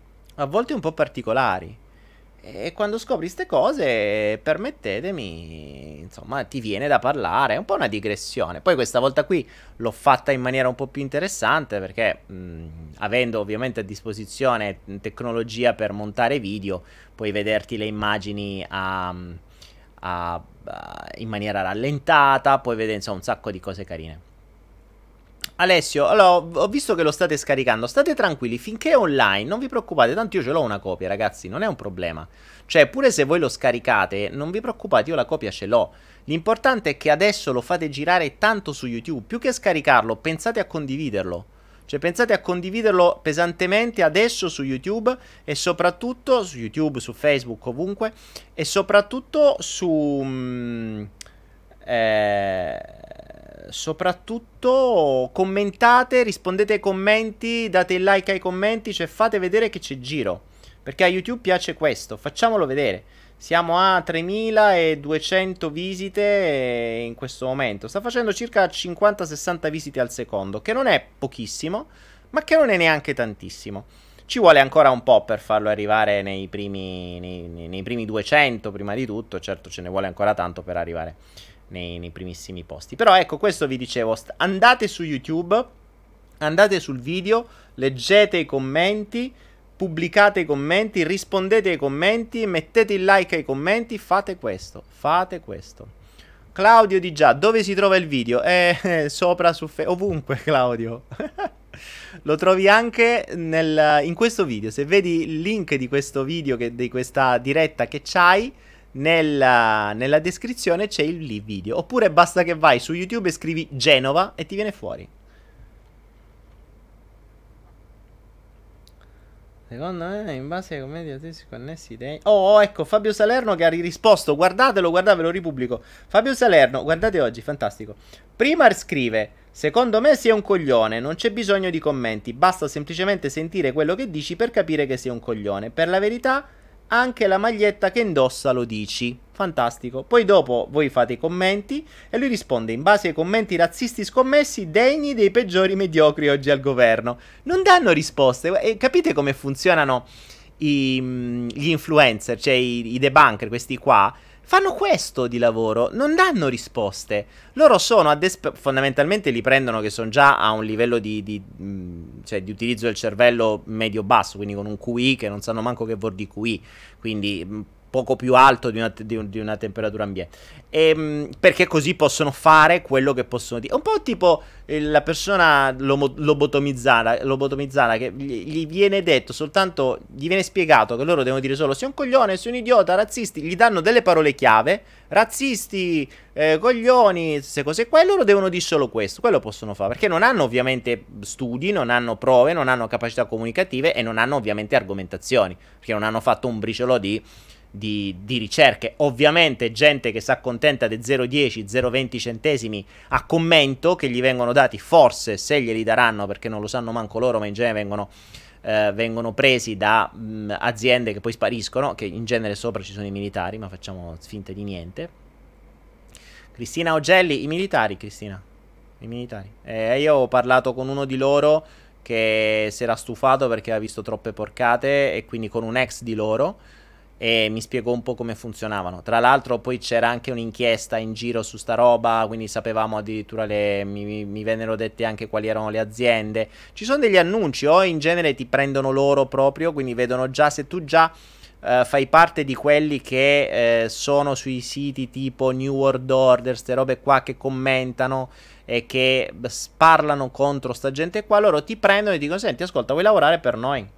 E quando scopri queste cose, permettetemi, insomma, ti viene da parlare. È un po' una digressione. Poi questa volta qui l'ho fatta in maniera un po' più interessante, perché avendo ovviamente a disposizione tecnologia per montare video, puoi vederti le immagini in maniera rallentata, puoi vedere insomma un sacco di cose carine. Alessio, allora, ho visto che lo state scaricando, state tranquilli, finché è online, non vi preoccupate, tanto io ce l'ho una copia, ragazzi, non è un problema. Cioè, pure se voi lo scaricate, non vi preoccupate, io la copia ce l'ho. L'importante è che adesso lo fate girare tanto su YouTube, più che scaricarlo, pensate a condividerlo. Cioè, pensate a condividerlo pesantemente adesso su YouTube, e soprattutto su YouTube, su Facebook, ovunque, e soprattutto soprattutto commentate, rispondete ai commenti, date il like ai commenti, cioè fate vedere che c'è giro. Perché a YouTube piace questo, facciamolo vedere. Siamo a 3200 visite in questo momento. Sta facendo circa 50-60 visite al secondo, che non è pochissimo, ma che non è neanche tantissimo. Ci vuole ancora un po' per farlo arrivare nei primi 200, prima di tutto. Certo, ce ne vuole ancora tanto per arrivare nei primissimi posti. Però ecco, questo vi dicevo, andate su YouTube, andate sul video, leggete i commenti, pubblicate i commenti, rispondete ai commenti, mettete il like ai commenti, fate questo, fate questo. Claudio Di Già, dove si trova il video? Sopra su ovunque, Claudio. Lo trovi anche in questo video. Se vedi il link di questo video, di questa diretta che c'hai, nella descrizione c'è il video. Oppure basta che vai su YouTube e scrivi Genova e ti viene fuori. Secondo me, in base ai commenti a tesi connessi dei... Oh, ecco, Fabio Salerno che ha risposto. Guardatelo, lo ripubblico. Fabio Salerno, guardate oggi, fantastico. Prima scrive: secondo me sei un coglione, non c'è bisogno di commenti, basta semplicemente sentire quello che dici per capire che sei un coglione. Per la verità, anche la maglietta che indossa lo dici. Fantastico. Poi dopo voi fate i commenti e lui risponde: in base ai commenti razzisti scommessi, degni dei peggiori mediocri oggi al governo. Non danno risposte. E capite come funzionano gli influencer, cioè i debunker, questi qua? Fanno questo di lavoro, non danno risposte. Loro sono fondamentalmente li prendono che sono già a un livello cioè di utilizzo del cervello medio-basso, quindi con un QI che non sanno manco che vuol dire QI, quindi poco più alto di una temperatura ambiente. Perché così possono fare quello che possono dire. Un po' tipo la persona lobotomizzata che gli viene detto soltanto, gli viene spiegato che loro devono dire solo sei un coglione, sei un idiota, razzisti, gli danno delle parole chiave, razzisti, coglioni, queste cose qua, e loro devono dire solo questo. Quello possono fare, perché non hanno ovviamente studi, non hanno prove, non hanno capacità comunicative e non hanno ovviamente argomentazioni, perché non hanno fatto un briciolo di ricerche. Ovviamente gente che si accontenta di 0,10, 0,20 centesimi a commento che gli vengono dati, forse se glieli daranno, perché non lo sanno manco loro, ma in genere vengono presi da aziende che poi spariscono, che in genere sopra ci sono i militari, ma facciamo finta di niente. Cristina Ogelli, i militari, Cristina, i militari. Io ho parlato con uno di loro che si era stufato perché aveva visto troppe porcate, e quindi con un ex di loro, e mi spiegò un po' come funzionavano. Tra l'altro poi c'era anche un'inchiesta in giro su sta roba, quindi sapevamo addirittura mi vennero dette anche quali erano le aziende. Ci sono degli annunci, o in genere ti prendono loro proprio, quindi vedono già se tu già fai parte di quelli che sono sui siti tipo New World Order, ste robe qua che commentano e che parlano contro sta gente qua. Loro ti prendono e dicono: senti, ascolta, vuoi lavorare per noi?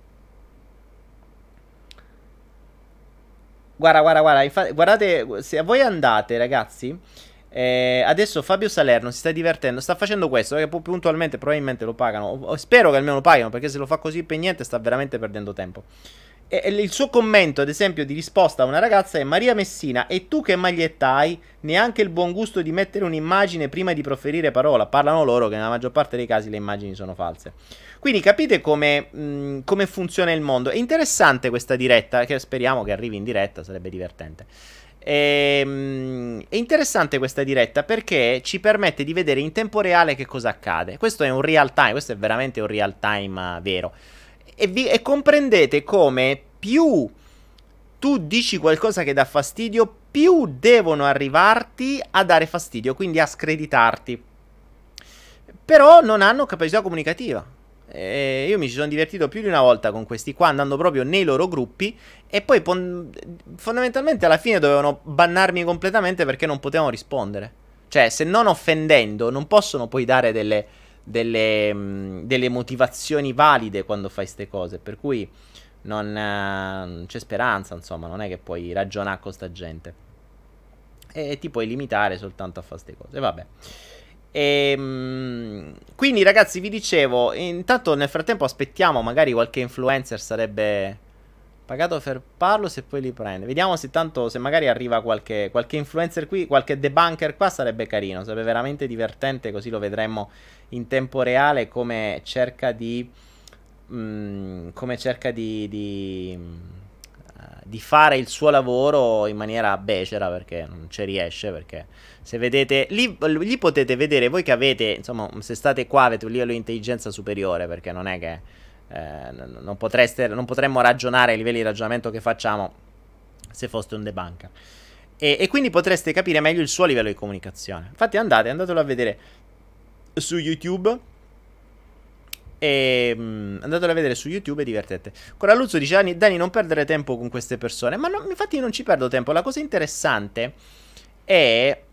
Guardate, se voi andate, ragazzi, adesso Fabio Salerno si sta divertendo, sta facendo questo, perché puntualmente probabilmente lo pagano, spero che almeno lo paghino, perché se lo fa così per niente sta veramente perdendo tempo. E il suo commento, ad esempio, di risposta a una ragazza è: Maria Messina, e tu che maglietta hai? Neanche il buon gusto di mettere un'immagine prima di proferire parola. Parlano loro che nella maggior parte dei casi le immagini sono false. Quindi capite come funziona il mondo. È interessante questa diretta, che speriamo che arrivi in diretta, sarebbe divertente. È interessante questa diretta perché ci permette di vedere in tempo reale che cosa accade. Questo è un real time, questo è veramente un real time vero. E comprendete come più tu dici qualcosa che dà fastidio, più devono arrivarti a dare fastidio, quindi a screditarti. Però non hanno capacità comunicativa. Io mi ci sono divertito più di una volta con questi qua, andando proprio nei loro gruppi, e poi fondamentalmente alla fine dovevano bannarmi completamente perché non potevano rispondere. Cioè, se non offendendo, non possono poi dare delle motivazioni valide quando fai ste cose. Per cui non c'è speranza, insomma, non è che puoi ragionare con sta gente. E ti puoi limitare soltanto a fare ste cose. Vabbè. Quindi ragazzi, vi dicevo, intanto nel frattempo aspettiamo, magari qualche influencer sarebbe Pagato per farlo se poi li prende. Vediamo se tanto, se magari arriva qualche influencer qui, qualche debunker qua, sarebbe carino, sarebbe veramente divertente, così lo vedremmo in tempo reale come cerca di fare il suo lavoro in maniera becera, perché non ci riesce, perché se vedete lì potete vedere voi che avete, insomma, se state qua avete un livello di intelligenza superiore, perché non è che non potremmo ragionare ai livelli di ragionamento che facciamo se foste un debunker. E quindi potreste capire meglio il suo livello di comunicazione. Infatti andatelo a vedere su YouTube. Andatelo a vedere su YouTube e divertete. Coralluzzo dice: Dani, non perdere tempo con queste persone. Ma no, infatti non ci perdo tempo. La cosa interessante è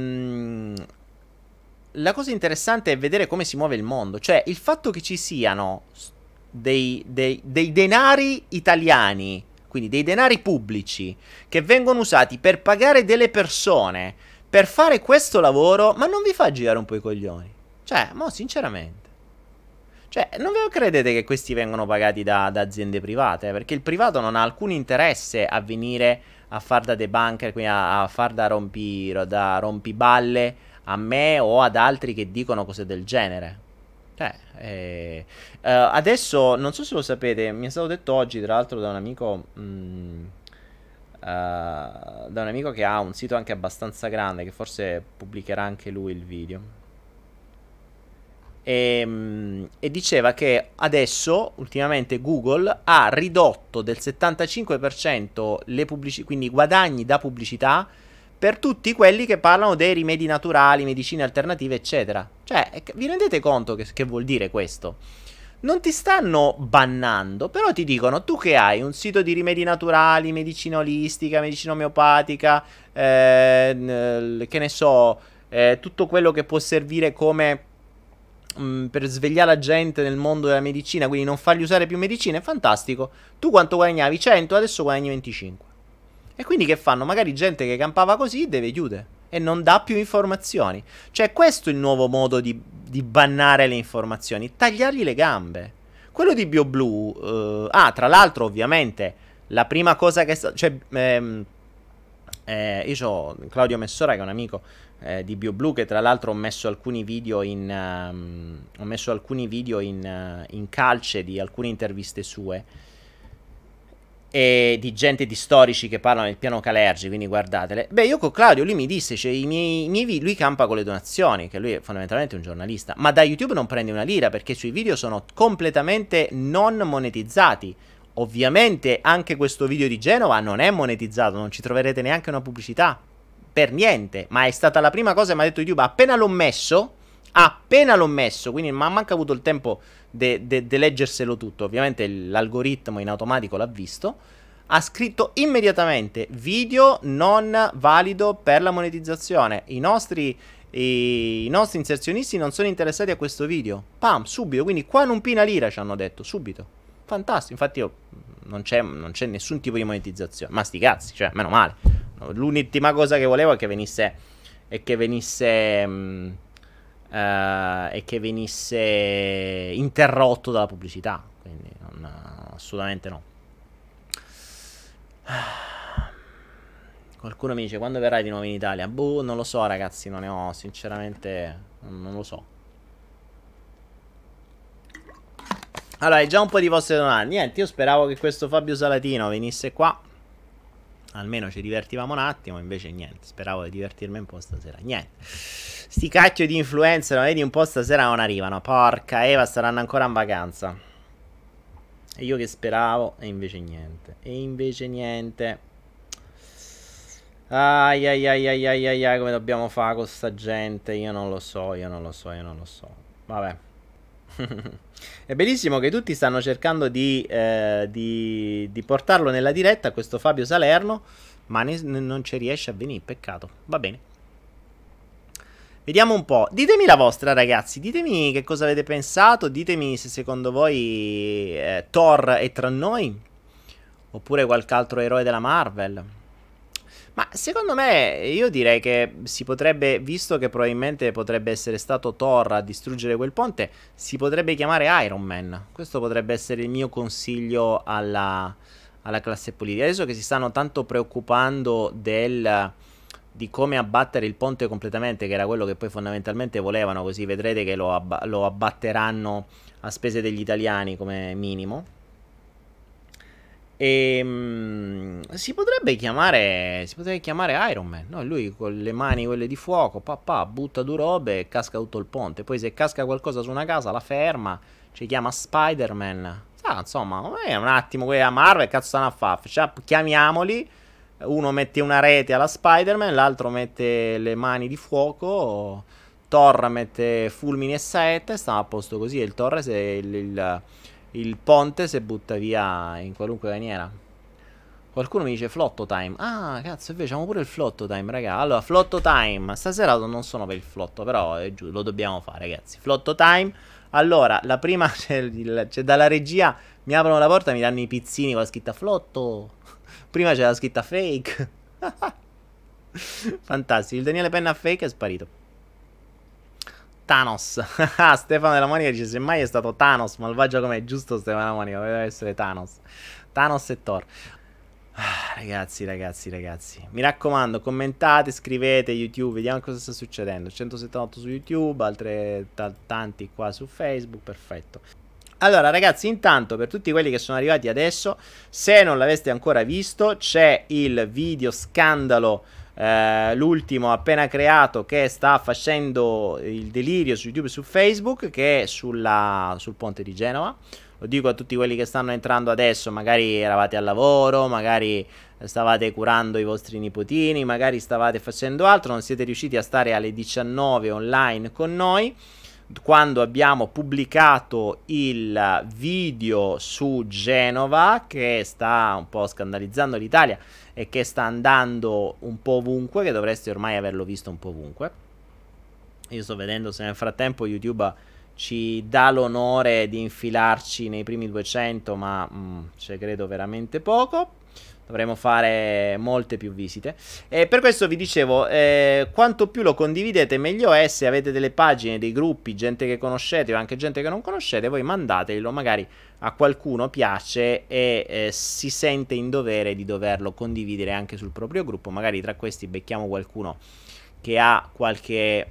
la cosa interessante è vedere come si muove il mondo. Cioè il fatto che ci siano dei denari italiani, quindi dei denari pubblici, che vengono usati per pagare delle persone per fare questo lavoro, ma non vi fa girare un po' i coglioni? Cioè, mo sinceramente. Cioè, non ve lo credete che questi vengono pagati da aziende private? Perché il privato non ha alcun interesse a venire a far da debunker, quindi a far da rompiballe a me o ad altri che dicono cose del genere. Adesso, non so se lo sapete, mi è stato detto oggi, tra l'altro, da un amico... da un amico che ha un sito anche abbastanza grande, che forse pubblicherà anche lui il video. E diceva che adesso, ultimamente, Google ha ridotto del 75% quindi i guadagni da pubblicità per tutti quelli che parlano dei rimedi naturali, medicine alternative, eccetera. Cioè, vi rendete conto che vuol dire questo? Non ti stanno bannando, però ti dicono: tu che hai un sito di rimedi naturali, medicina olistica, medicina omeopatica, che ne so, tutto quello che può servire come per svegliare la gente nel mondo della medicina, quindi non fargli usare più medicine, è fantastico. Tu quanto guadagnavi? 100, adesso guadagni 25. E quindi che fanno? Magari gente che campava così deve chiudere e non dà più informazioni. Cioè, questo è il nuovo modo di bannare le informazioni, tagliargli le gambe. Quello di BioBlue, tra l'altro, ovviamente, la prima cosa che cioè, io ho Claudio Messora, che è un amico di BioBlue, che tra l'altro ho messo alcuni video in calce di alcune interviste sue e di gente, di storici che parlano del piano Kalergi, quindi guardatele. Beh, io con Claudio, lui mi disse, cioè, i miei video, lui campa con le donazioni, che lui è fondamentalmente un giornalista, ma da YouTube non prende una lira, perché i suoi video sono completamente non monetizzati. Ovviamente anche questo video di Genova non è monetizzato, non ci troverete neanche una pubblicità, per niente, ma è stata la prima cosa che mi ha detto YouTube appena l'ho messo, quindi non ha manca avuto il tempo di leggerselo tutto, ovviamente l'algoritmo in automatico l'ha visto, ha scritto immediatamente: video non valido per la monetizzazione, i nostri inserzionisti non sono interessati a questo video, pam, subito, quindi qua non pina lira, ci hanno detto, subito, fantastico. Infatti io non c'è nessun tipo di monetizzazione, ma sti cazzi, cioè, meno male. L'ultima cosa che volevo è che venisse interrotto dalla pubblicità, quindi assolutamente no. Qualcuno mi dice: quando verrai di nuovo in Italia? Boh, non lo so, ragazzi, non ne ho, sinceramente non lo so. Allora, è già un po' di vostre donate. Niente, io speravo che questo Fabio Salatino venisse qua, almeno ci divertivamo un attimo, invece niente, speravo di divertirmi un po' stasera, niente. Sti cacchio di influencer, vedi un po' stasera non arrivano, porca Eva, staranno ancora in vacanza. E io che speravo, e invece niente. Ai ai ai ai ai ai ai, come dobbiamo fare con sta gente? Io non lo so. Vabbè. È bellissimo che tutti stanno cercando di portarlo nella diretta, questo Fabio Salerno, ma non ci riesce a venire, peccato. Va bene. Vediamo un po'. Ditemi la vostra, ragazzi. Ditemi che cosa avete pensato. Ditemi se secondo voi Thor è tra noi, oppure qualche altro eroe della Marvel. Ma secondo me, io direi che si potrebbe, visto che probabilmente potrebbe essere stato Thor a distruggere quel ponte, si potrebbe chiamare Iron Man. Questo potrebbe essere il mio consiglio alla alla classe politica. Adesso che si stanno tanto preoccupando di come abbattere il ponte completamente, che era quello che poi fondamentalmente volevano, così vedrete che lo abbatteranno a spese degli italiani come minimo. Si potrebbe chiamare Iron Man, no? Lui con le mani quelle di fuoco, butta due robe e casca tutto il ponte. Poi se casca qualcosa su una casa la ferma, ci chiama Spider-Man. Insomma, è un attimo quella Marvel, cazzo stanno a fare? Cioè, chiamiamoli. Uno mette una rete alla Spider-Man, l'altro mette le mani di fuoco. Thor mette fulmini e saette, stiamo a posto così. E il Thor se il ponte si butta via in qualunque maniera. Qualcuno mi dice Flotto Time. Ah, cazzo, invece abbiamo pure il Flotto Time, raga. Allora, Flotto Time. Stasera non sono per il flotto, però è giusto, lo dobbiamo fare, ragazzi. Flotto Time. Allora, la prima c'è dalla regia, mi aprono la porta e mi danno i pizzini con la scritta Flotto. Prima c'è la scritta Fake. Fantastico. Il Daniele Penna Fake è sparito. Thanos. Stefano della Monica dice: semmai è stato Thanos, malvagio com'è, giusto Stefano della Monica, doveva essere Thanos. Thanos e Thor. Ragazzi. Mi raccomando, commentate, scrivete YouTube, vediamo cosa sta succedendo. 178 su YouTube, altre tanti qua su Facebook, perfetto. Allora ragazzi, intanto per tutti quelli che sono arrivati adesso, se non l'aveste ancora visto, c'è il video scandalo, l'ultimo appena creato, che sta facendo il delirio su YouTube e su Facebook, che è sul ponte di Genova. Lo dico a tutti quelli che stanno entrando adesso, magari eravate al lavoro, magari stavate curando i vostri nipotini, magari stavate facendo altro, non siete riusciti a stare alle 19 online con noi quando abbiamo pubblicato il video su Genova, che sta un po' scandalizzando l'Italia e che sta andando un po' ovunque, che dovreste ormai averlo visto un po' ovunque. Io sto vedendo se nel frattempo YouTube ci dà l'onore di infilarci nei primi 200, ma ci credo veramente poco. Dovremo fare molte più visite. E per questo vi dicevo, quanto più lo condividete meglio è. Se avete delle pagine, dei gruppi, gente che conoscete o anche gente che non conoscete, voi mandatelo, magari a qualcuno piace e si sente in dovere di doverlo condividere anche sul proprio gruppo. Magari tra questi becchiamo qualcuno che ha qualche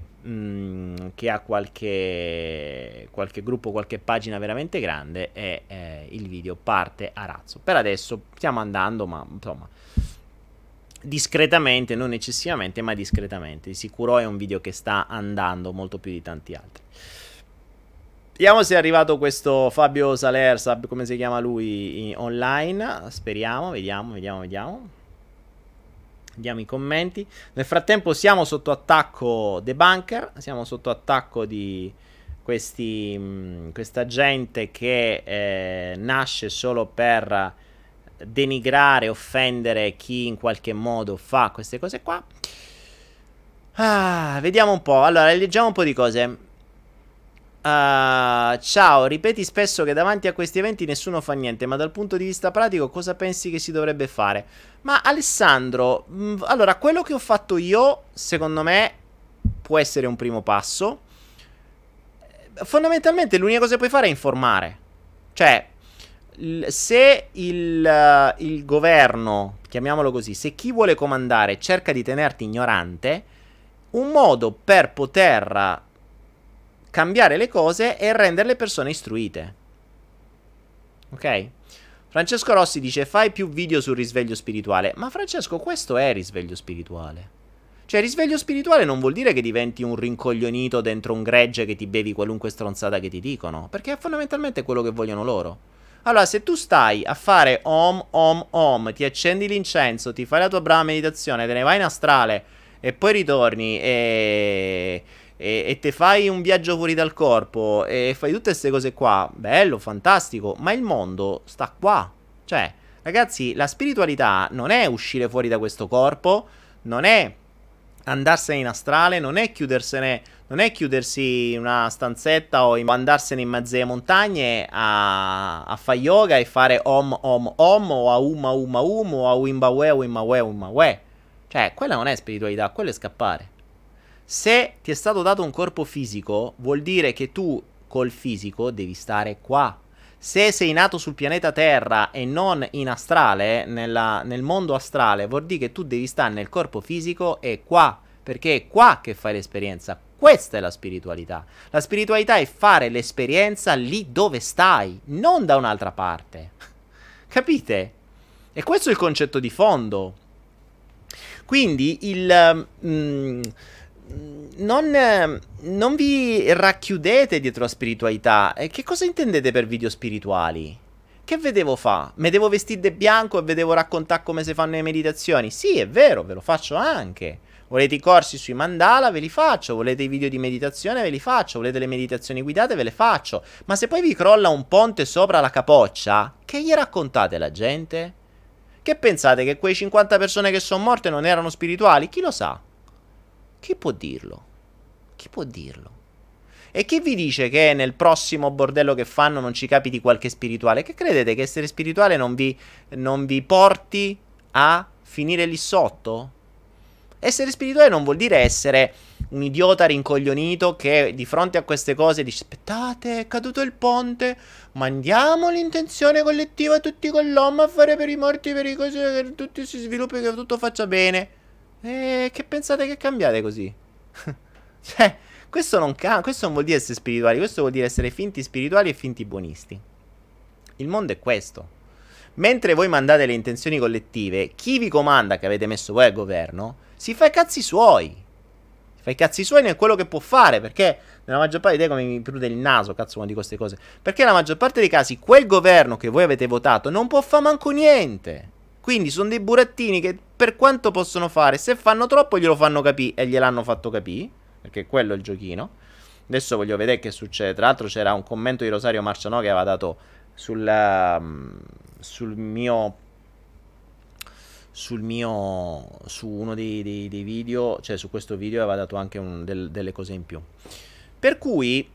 gruppo, qualche pagina veramente grande, e il video parte a razzo. Per adesso stiamo andando, ma insomma discretamente, non eccessivamente, ma discretamente. Di sicuro è un video che sta andando molto più di tanti altri. Vediamo se è arrivato questo Fabio Saler, come si chiama lui, online. Speriamo, vediamo. Vediamo i commenti. Nel frattempo siamo sotto attacco dei bunker, siamo sotto attacco di questa gente che nasce solo per denigrare, offendere chi in qualche modo fa queste cose qua. Vediamo un po'. Allora, leggiamo un po' di cose. Ciao, ripeti spesso che davanti a questi eventi nessuno fa niente, ma dal punto di vista pratico cosa pensi che si dovrebbe fare? Ma Alessandro, allora, quello che ho fatto io, secondo me, può essere un primo passo. Fondamentalmente l'unica cosa che puoi fare è informare. Cioè, se il governo, chiamiamolo così, se chi vuole comandare cerca di tenerti ignorante, un modo per poter cambiare le cose e rendere le persone istruite. Ok? Francesco Rossi dice: fai più video sul risveglio spirituale. Ma Francesco, questo è risveglio spirituale. Cioè, risveglio spirituale non vuol dire che diventi un rincoglionito dentro un gregge che ti bevi qualunque stronzata che ti dicono, perché è fondamentalmente quello che vogliono loro. Allora, se tu stai a fare om, ti accendi l'incenso, ti fai la tua brava meditazione, te ne vai in astrale e poi ritorni e te fai un viaggio fuori dal corpo e fai tutte queste cose qua, bello, fantastico, ma il mondo sta qua. Cioè, ragazzi, la spiritualità non è uscire fuori da questo corpo, non è andarsene in astrale, non è chiudersi in una stanzetta o andarsene in mezzo alle montagne a fare yoga e fare om o a uma o a wimbawe. Cioè, quella non è spiritualità, quello è scappare. Se ti è stato dato un corpo fisico, vuol dire che tu col fisico devi stare qua. Se sei nato sul pianeta Terra e non in astrale, nel mondo astrale, vuol dire che tu devi stare nel corpo fisico e qua, perché è qua che fai l'esperienza. Questa è la spiritualità. La spiritualità è fare l'esperienza lì dove stai, non da un'altra parte. Capite? E questo è il concetto di fondo. Quindi non vi racchiudete dietro la spiritualità. E che cosa intendete per video spirituali? Che vedevo fa? Me devo vestire di bianco e vedevo raccontare come si fanno le meditazioni? Sì, è vero, ve lo faccio anche. Volete i corsi sui mandala? Ve li faccio. Volete i video di meditazione? Ve li faccio. Volete le meditazioni guidate? Ve le faccio. Ma se poi vi crolla un ponte sopra la capoccia, che gli raccontate alla gente? Che pensate che quei 50 persone che sono morte non erano spirituali? Chi lo sa? Chi può dirlo? Chi può dirlo? E chi vi dice che nel prossimo bordello che fanno non ci capiti qualche spirituale? Che credete che essere spirituale non vi porti a finire lì sotto? Essere spirituale non vuol dire essere un idiota rincoglionito che di fronte a queste cose dice: aspettate, è caduto il ponte, mandiamo l'intenzione collettiva tutti con l'OM a fare per i morti, per i cose, che tutti si sviluppi, che tutto faccia bene. E che pensate che cambiate così? Cioè, questo non vuol dire essere spirituali, questo vuol dire essere finti spirituali e finti buonisti. Il mondo è questo. Mentre voi mandate le intenzioni collettive, chi vi comanda, che avete messo voi al governo, si fa i cazzi suoi. Si fa i cazzi suoi nel quello che può fare, perché nella maggior parte dei casi, come mi prude il naso, cazzo, quando dico queste cose, perché nella maggior parte dei casi quel governo che voi avete votato non può fare manco niente. Quindi sono dei burattini che per quanto possono fare, se fanno troppo glielo fanno capire e gliel'hanno fatto capire, perché quello è il giochino. Adesso voglio vedere che succede. Tra l'altro c'era un commento di Rosario Marciano che aveva dato sul mio su uno dei video, cioè su questo video aveva dato anche delle cose in più. Per cui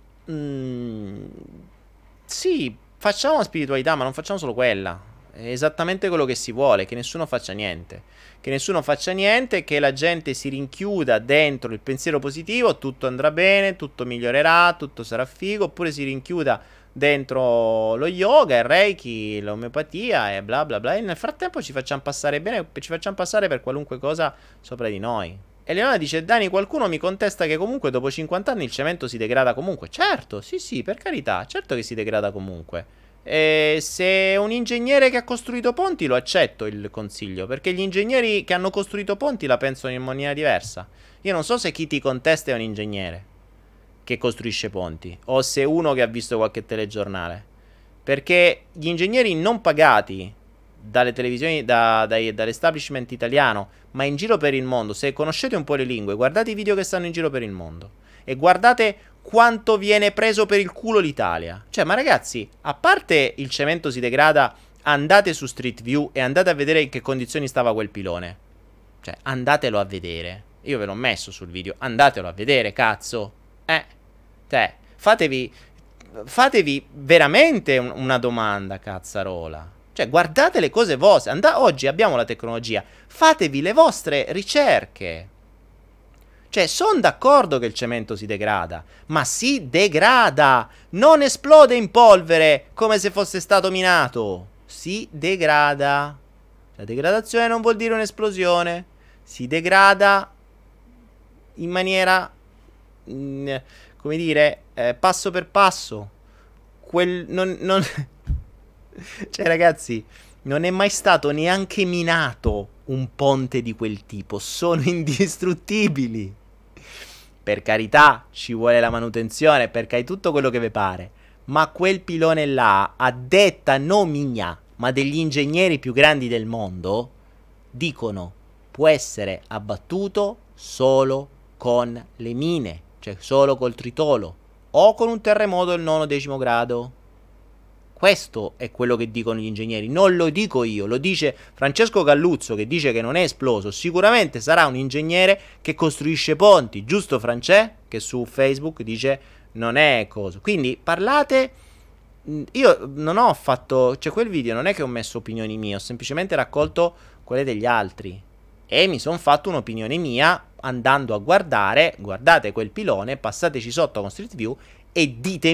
sì, facciamo la spiritualità, ma non facciamo solo quella. È esattamente quello che si vuole, che nessuno faccia niente. Che nessuno faccia niente, che la gente si rinchiuda dentro il pensiero positivo, tutto andrà bene, tutto migliorerà, tutto sarà figo, oppure si rinchiuda dentro lo yoga, il reiki, l'omeopatia e bla bla bla. E nel frattempo ci facciamo passare bene, ci facciamo passare per qualunque cosa sopra di noi. E Leona dice: Dani, qualcuno mi contesta che comunque dopo 50 anni il cemento si degrada comunque. Certo, sì sì, per carità, certo che si degrada comunque. E se un ingegnere che ha costruito ponti, lo accetto il consiglio, perché gli ingegneri che hanno costruito ponti la pensano in maniera diversa. Io non so se chi ti contesta è un ingegnere che costruisce ponti, o se uno che ha visto qualche telegiornale, perché gli ingegneri non pagati dalle televisioni, dall'establishment italiano, ma in giro per il mondo, se conoscete un po' le lingue, guardate i video che stanno in giro per il mondo e guardate quanto viene preso per il culo l'Italia. Cioè, ma ragazzi, a parte il cemento si degrada, andate su Street View e andate a vedere in che condizioni stava quel pilone. Cioè, andatelo a vedere. Io ve l'ho messo sul video, andatelo a vedere, cazzo. Cioè, fatevi veramente una domanda, cazzarola. Cioè, guardate le cose vostre. Oggi abbiamo la tecnologia. Fatevi le vostre ricerche. Cioè, sono d'accordo che il cemento si degrada, ma si degrada. Non esplode in polvere come se fosse stato minato. Si degrada. La degradazione non vuol dire un'esplosione. Si degrada in maniera, come dire, passo per passo. Cioè, ragazzi, non è mai stato neanche minato un ponte di quel tipo. Sono indistruttibili. Per carità, ci vuole la manutenzione, perché hai tutto quello che vi pare. Ma quel pilone là, a detta non mia, ma degli ingegneri più grandi del mondo, dicono può essere abbattuto solo con le mine, cioè solo col tritolo, o con un terremoto del 9° grado. Questo è quello che dicono gli ingegneri, non lo dico io, lo dice Francesco Galluzzo, che dice che non è esploso. Sicuramente sarà un ingegnere che costruisce ponti, giusto Francè? Che su Facebook dice non è cosa. Quindi parlate. Io non ho fatto, cioè quel video non è che ho messo opinioni mie, ho semplicemente raccolto quelle degli altri e mi sono fatto un'opinione mia andando a guardate quel pilone, passateci sotto con Street View e ditemi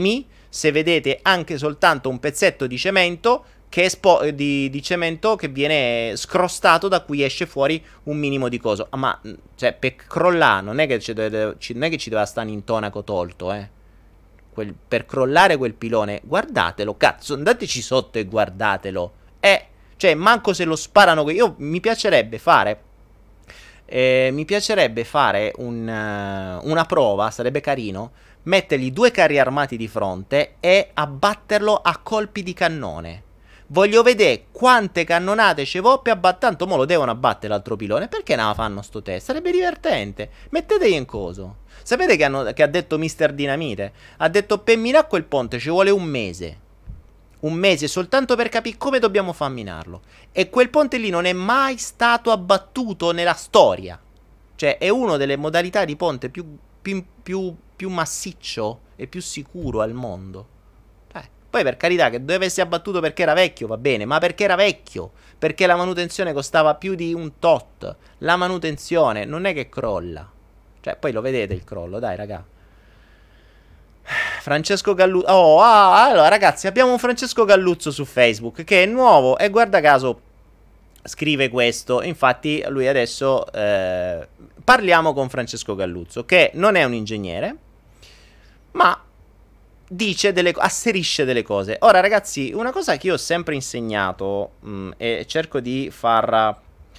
se vedete anche soltanto un pezzetto di cemento di cemento che viene scrostato, da cui esce fuori un minimo di coso. Ma cioè, per crollare non è che non è che ci deve stare un intonaco tolto, per crollare quel pilone, guardatelo, cazzo, andateci sotto e guardatelo. Cioè, manco se lo sparano. Io mi piacerebbe fare. Mi piacerebbe fare una prova, sarebbe carino. Mettergli 2 carri armati di fronte e abbatterlo a colpi di cannone. Voglio vedere quante cannonate ce vo per abbattere. Tanto mo lo devono abbattere l'altro pilone. Perché non la fanno sto test? Sarebbe divertente. Mettetegli in coso. Sapete che ha detto Mr. Dinamite? Ha detto per minare quel ponte ci vuole un mese. Un mese soltanto per capire come dobbiamo far minarlo. E quel ponte lì non è mai stato abbattuto nella storia. Cioè è una delle modalità di ponte più massiccio e più sicuro al mondo. Poi per carità che deve essere abbattuto perché era vecchio, va bene, ma perché era vecchio? Perché la manutenzione costava più di un tot. La manutenzione non è che crolla. Cioè poi lo vedete il crollo, dai raga. Francesco Galluzzo. Allora ragazzi, abbiamo un Francesco Galluzzo su Facebook che è nuovo e guarda caso scrive questo. Infatti lui adesso parliamo con Francesco Galluzzo, che non è un ingegnere, ma dice asserisce delle cose. Ora ragazzi, una cosa che io ho sempre insegnato e cerco di far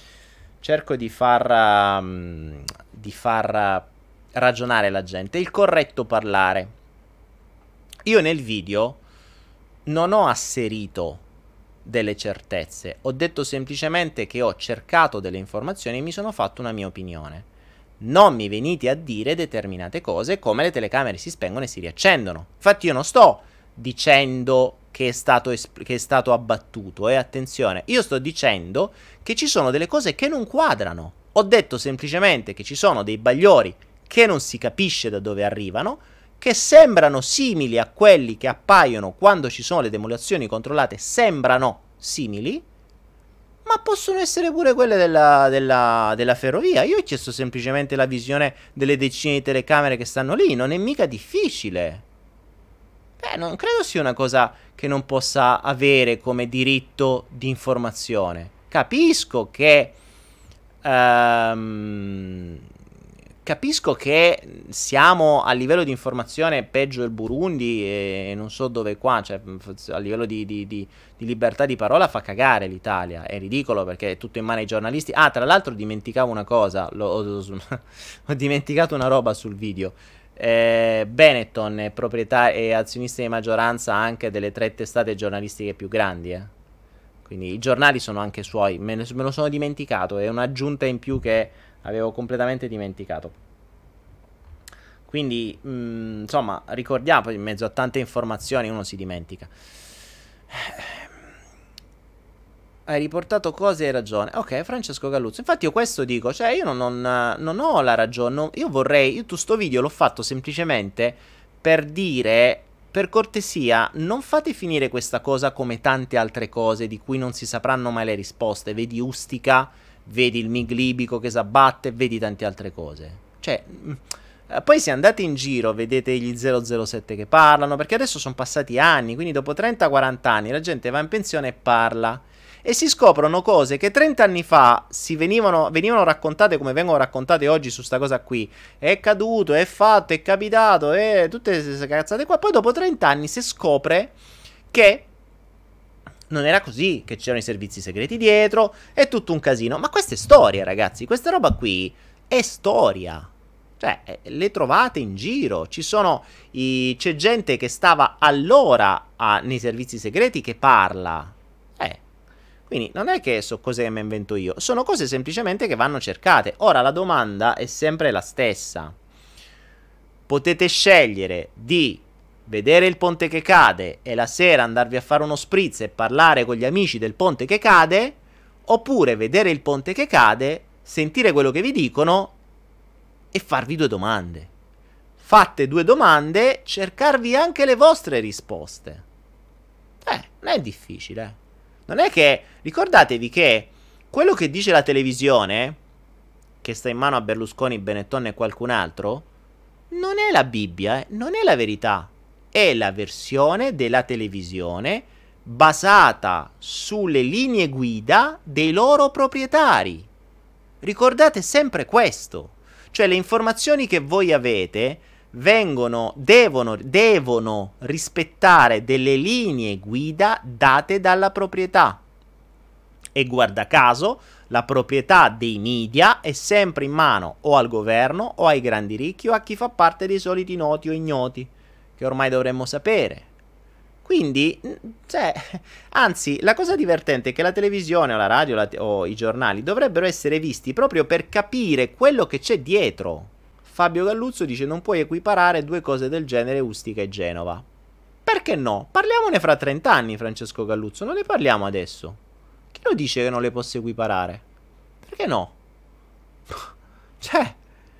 ragionare la gente, è il corretto parlare. Io nel video non ho asserito delle certezze, ho detto semplicemente che ho cercato delle informazioni e mi sono fatto una mia opinione. Non mi venite a dire determinate cose come le telecamere si spengono e si riaccendono. Infatti io non sto dicendo che è stato abbattuto, attenzione, io sto dicendo che ci sono delle cose che non quadrano. Ho detto semplicemente che ci sono dei bagliori che non si capisce da dove arrivano, che sembrano simili a quelli che appaiono quando ci sono le demolizioni controllate, sembrano simili, ma possono essere pure quelle della ferrovia. Io ho chiesto semplicemente la visione delle decine di telecamere che stanno lì, non è mica difficile. Non credo sia una cosa che non possa avere come diritto di informazione. Capisco che siamo a livello di informazione peggio del Burundi e non so dove qua, cioè a livello di libertà di parola fa cagare l'Italia, è ridicolo perché è tutto in mano ai giornalisti. Tra l'altro dimenticavo una cosa, ho dimenticato una roba sul video. Benetton è proprietà e azionista di maggioranza anche delle 3 testate giornalistiche più grandi, quindi i giornali sono anche suoi, me lo sono dimenticato, è un'aggiunta in più che avevo completamente dimenticato. Quindi insomma ricordiamo, in mezzo a tante informazioni uno si dimentica. Hai riportato cose e hai ragione. Ok, Francesco Galluzzo. Infatti io questo dico, cioè io non ho la ragione. Io tu sto video l'ho fatto semplicemente per dire, per cortesia, non fate finire questa cosa come tante altre cose di cui non si sapranno mai le risposte. Vedi Ustica, vedi il MiG libico che si abbatte, vedi tante altre cose. Cioè, poi se andate in giro vedete gli 007 che parlano, perché adesso sono passati anni, quindi dopo 30-40 anni la gente va in pensione e parla. E si scoprono cose che 30 anni fa venivano raccontate come vengono raccontate oggi su sta cosa qui. È caduto, è fatto, è capitato, tutte queste cazzate qua. Poi dopo 30 anni si scopre che non era così, che c'erano i servizi segreti dietro, è tutto un casino. Ma questa è storia, ragazzi, questa roba qui è storia. Cioè, le trovate in giro. C'è gente che stava allora nei servizi segreti che parla. Quindi non è che so cose che mi invento io, sono cose semplicemente che vanno cercate. Ora la domanda è sempre la stessa. Potete scegliere di vedere il ponte che cade e la sera andarvi a fare uno spritz e parlare con gli amici del ponte che cade, oppure vedere il ponte che cade, sentire quello che vi dicono e farvi 2 domande. Fate 2 domande, cercarvi anche le vostre risposte. Non è difficile. Non è che, ricordatevi che quello che dice la televisione, che sta in mano a Berlusconi, Benetton e qualcun altro, non è la Bibbia, non è la verità. è la versione della televisione basata sulle linee guida dei loro proprietari. Ricordate sempre questo. Cioè le informazioni che voi avete devono rispettare delle linee guida date dalla proprietà. E guarda caso, la proprietà dei media è sempre in mano o al governo o ai grandi ricchi o a chi fa parte dei soliti noti o ignoti, che ormai dovremmo sapere. Quindi, cioè, anzi, la cosa divertente è che la televisione o la radio o i giornali dovrebbero essere visti proprio per capire quello che c'è dietro. Fabio Galluzzo dice: non puoi equiparare due cose del genere, Ustica e Genova. Perché no? Parliamone fra 30 anni, Francesco Galluzzo, non ne parliamo adesso. Chi lo dice che non le posso equiparare? Perché no? Cioè,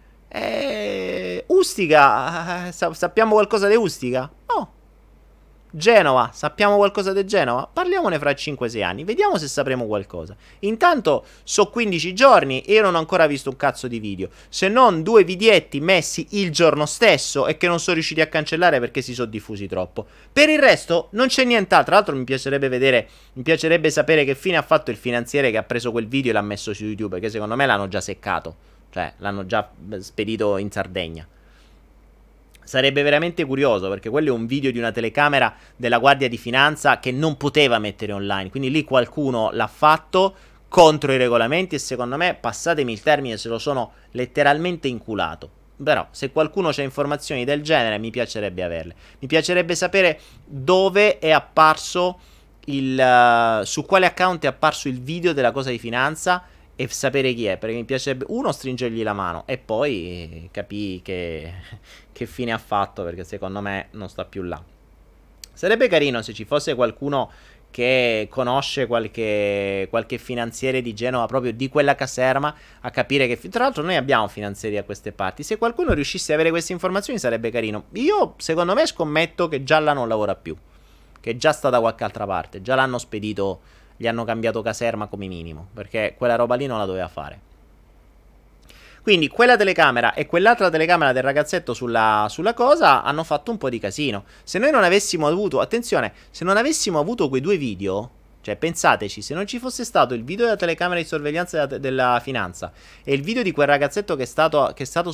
Ustica, sappiamo qualcosa di Ustica? No. Genova, sappiamo qualcosa di Genova? Parliamone fra 5-6 anni, vediamo se sapremo qualcosa. Intanto, so 15 giorni e io non ho ancora visto un cazzo di video, se non 2 videetti messi il giorno stesso e che non sono riusciti a cancellare perché si sono diffusi troppo. Per il resto non c'è nient'altro. Tra l'altro mi piacerebbe sapere che fine ha fatto il finanziere che ha preso quel video e l'ha messo su YouTube, perché secondo me l'hanno già seccato, cioè l'hanno già spedito in Sardegna. Sarebbe veramente curioso, perché quello è un video di una telecamera della Guardia di Finanza che non poteva mettere online, quindi lì qualcuno l'ha fatto contro i regolamenti e secondo me, passatemi il termine, se lo sono letteralmente inculato. Però se qualcuno ha informazioni del genere mi piacerebbe averle. Mi piacerebbe sapere dove è apparso su quale account è apparso il video della cosa di finanza e sapere chi è, perché mi piacerebbe uno stringergli la mano e poi capire che fine ha fatto, perché secondo me non sta più là. Sarebbe carino se ci fosse qualcuno che conosce qualche finanziere di Genova, proprio di quella caserma, a capire che tra l'altro noi abbiamo finanzieri a queste parti. Se qualcuno riuscisse a avere queste informazioni sarebbe carino. Io secondo me scommetto che già là non lavora più, che già sta da qualche altra parte, già l'hanno spedito, gli hanno cambiato caserma come minimo, perché quella roba lì non la doveva fare. Quindi quella telecamera e quell'altra telecamera del ragazzetto sulla cosa hanno fatto un po' di casino. Se noi non avessimo avuto, attenzione, se non avessimo avuto quei due video, cioè pensateci, se non ci fosse stato il video della telecamera di sorveglianza della finanza e il video di quel ragazzetto che è stato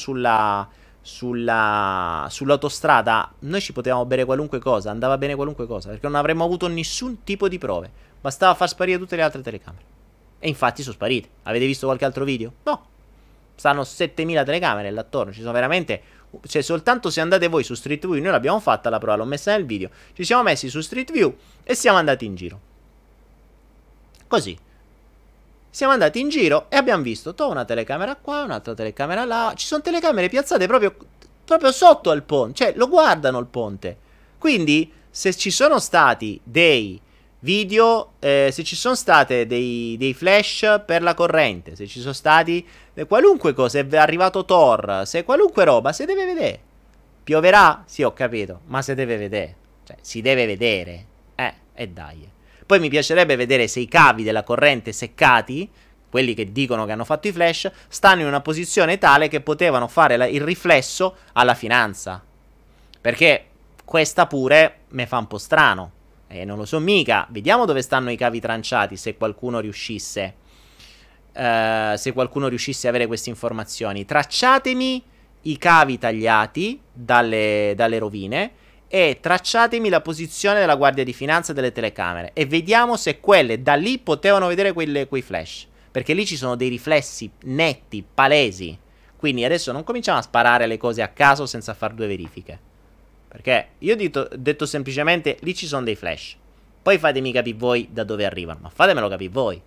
sull'autostrada, noi ci potevamo bere qualunque cosa, andava bene qualunque cosa, perché non avremmo avuto nessun tipo di prove. Bastava far sparire tutte le altre telecamere. E infatti sono sparite. Avete visto qualche altro video? No. Stanno 7000 telecamere là attorno. Ci sono veramente. Cioè, soltanto se andate voi su Street View, noi l'abbiamo fatta la prova, l'ho messa nel video. Ci siamo messi su Street View e siamo andati in giro. Così. Siamo andati in giro e abbiamo visto una telecamera qua, un'altra telecamera là. Ci sono telecamere piazzate proprio sotto al ponte. Cioè, lo guardano il ponte. Quindi, se ci sono stati dei video, se ci sono state dei flash per la corrente, se ci sono stati qualunque cosa, è arrivato Thor, se qualunque roba, si deve vedere. Pioverà? Sì, ho capito, ma si deve vedere. Cioè, si deve vedere. E dai. Poi mi piacerebbe vedere se i cavi della corrente seccati, quelli che dicono che hanno fatto i flash, stanno in una posizione tale che potevano fare il riflesso alla finanza. Perché questa pure mi fa un po' strano. Non lo so mica. Vediamo dove stanno i cavi tranciati, se qualcuno riuscisse a avere queste informazioni. Tracciatemi i cavi tagliati dalle rovine e tracciatemi la posizione della Guardia di Finanza e delle telecamere e vediamo se quelle da lì potevano vedere quei flash, perché lì ci sono dei riflessi netti, palesi. Quindi adesso non cominciamo a sparare le cose a caso senza far due verifiche, perché io ho detto semplicemente lì ci sono dei flash. Poi fatemi capire voi da dove arrivano, ma fatemelo capire voi.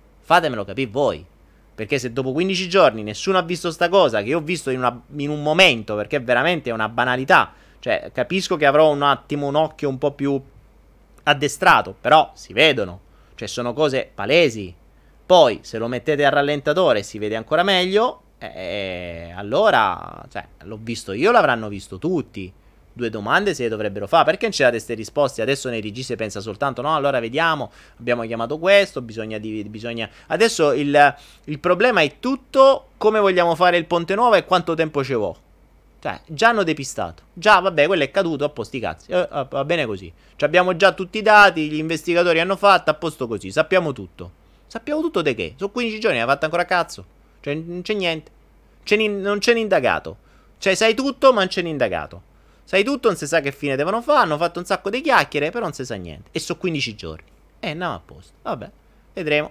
Perché se dopo 15 giorni nessuno ha visto sta cosa, che io ho visto in un momento, perché veramente è una banalità. Cioè, capisco che avrò un attimo un occhio un po' più addestrato, però si vedono. Cioè, sono cose palesi. Poi, se lo mettete a rallentatore e si vede ancora meglio, allora, cioè, l'ho visto io, l'avranno visto tutti. Due domande se le dovrebbero fare. Perché non c'è queste risposte? Adesso nei RG si pensa soltanto, no, allora vediamo, abbiamo chiamato questo, bisogna. Adesso il problema è tutto come vogliamo fare il Ponte Nuovo e quanto tempo ci vuole. Cioè, già hanno depistato. Già, vabbè, quello è caduto, a posto i cazzi. Va bene così. Ci abbiamo già tutti i dati, gli investigatori hanno fatto, a posto così. Sappiamo tutto. Sappiamo tutto di che? Sono 15 giorni, non ha fatto ancora cazzo. Cioè, non c'è niente. Non c'è un indagato. Cioè, sai tutto, ma non c'è un indagato. Sai tutto, non si sa che fine devono fare. Hanno fatto un sacco di chiacchiere, però non si sa niente. E sono 15 giorni. Andiamo a posto. Vabbè, vedremo.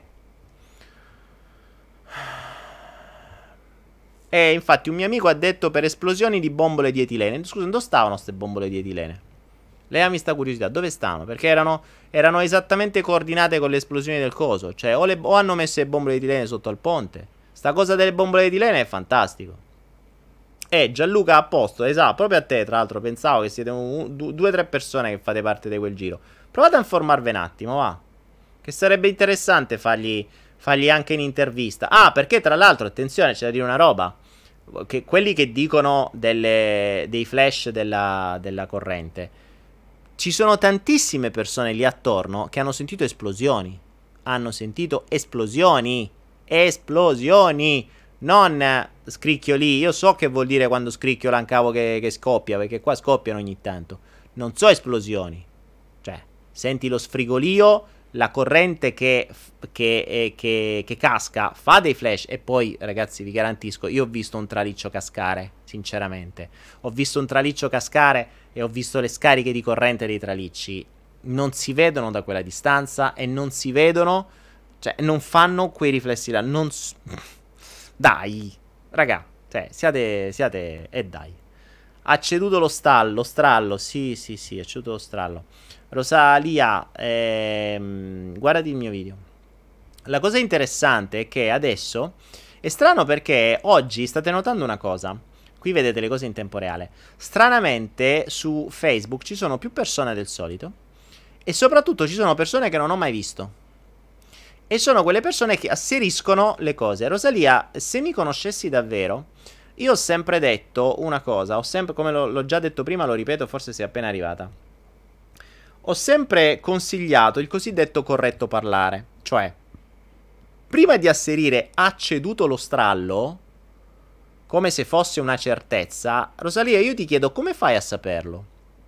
E infatti un mio amico ha detto per esplosioni di bombole di etilene. Scusa, dove stavano queste bombole di etilene? Leami sta curiosità, dove stavano? Perché erano esattamente coordinate con le esplosioni del coso. Cioè, o hanno messo le bombole di etilene sotto al ponte. Sta cosa delle bombole di etilene è fantastico. Gianluca a posto, esatto, proprio a te, tra l'altro. Pensavo che siete 2 o 3 persone che fate parte di quel giro. Provate a informarvi un attimo, va. Che sarebbe interessante fargli anche in intervista. Ah, perché tra l'altro, attenzione, c'è da dire una roba. Che quelli che dicono dei flash della corrente, ci sono tantissime persone lì attorno che hanno sentito esplosioni. Hanno sentito esplosioni. Esplosioni. Non scricchioli. Io so che vuol dire quando scricchiola un cavo che scoppia, perché qua scoppiano ogni tanto. Non so esplosioni. Cioè, senti lo sfrigolio, la corrente che casca, fa dei flash. E poi, ragazzi, vi garantisco, io ho visto un traliccio cascare, sinceramente. Ho visto un traliccio cascare e ho visto le scariche di corrente dei tralicci. Non si vedono da quella distanza e non si vedono, cioè non fanno quei riflessi là. Dai, raga, cioè, siate e dai. Ha ceduto lo strallo, sì, ha ceduto lo strallo. Rosalia, guardati il mio video. La cosa interessante è che adesso è strano perché oggi state notando una cosa. Qui vedete le cose in tempo reale. Stranamente su Facebook ci sono più persone del solito e soprattutto ci sono persone che non ho mai visto. E sono quelle persone che asseriscono le cose. Rosalia, se mi conoscessi davvero, io ho sempre detto una cosa, come l'ho già detto prima, lo ripeto, forse sei appena arrivata. Ho sempre consigliato il cosiddetto corretto parlare. Cioè, prima di asserire ha ceduto lo strallo, come se fosse una certezza, Rosalia, io ti chiedo come fai a saperlo?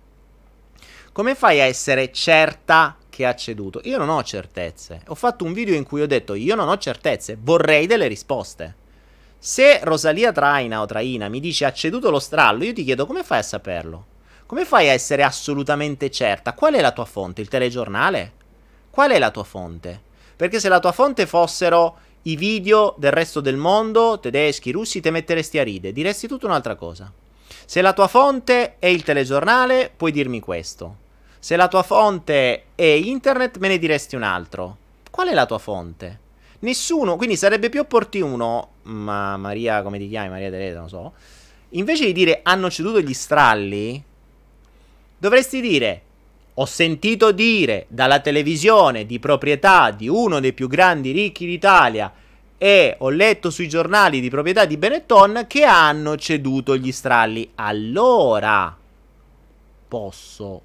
Come fai a essere certa che ha ceduto? Io non ho certezze. Ho fatto un video in cui ho detto io non ho certezze, vorrei delle risposte. Se Rosalia Traina mi dice ha ceduto lo strallo, io ti chiedo come fai a saperlo? Come fai a essere assolutamente certa? Qual è la tua fonte? Il telegiornale? Qual è la tua fonte? Perché se la tua fonte fossero i video del resto del mondo, tedeschi, russi, te metteresti a ride, diresti tutta un'altra cosa. Se la tua fonte è il telegiornale, puoi dirmi questo. Se la tua fonte è internet, me ne diresti un altro. Qual è la tua fonte? Nessuno, quindi sarebbe più opportuno, ma Maria, come ti chiami? Maria Teresa, non so. Invece di dire hanno ceduto gli stralli, dovresti dire ho sentito dire dalla televisione di proprietà di uno dei più grandi ricchi d'Italia e ho letto sui giornali di proprietà di Benetton che hanno ceduto gli stralli. Allora posso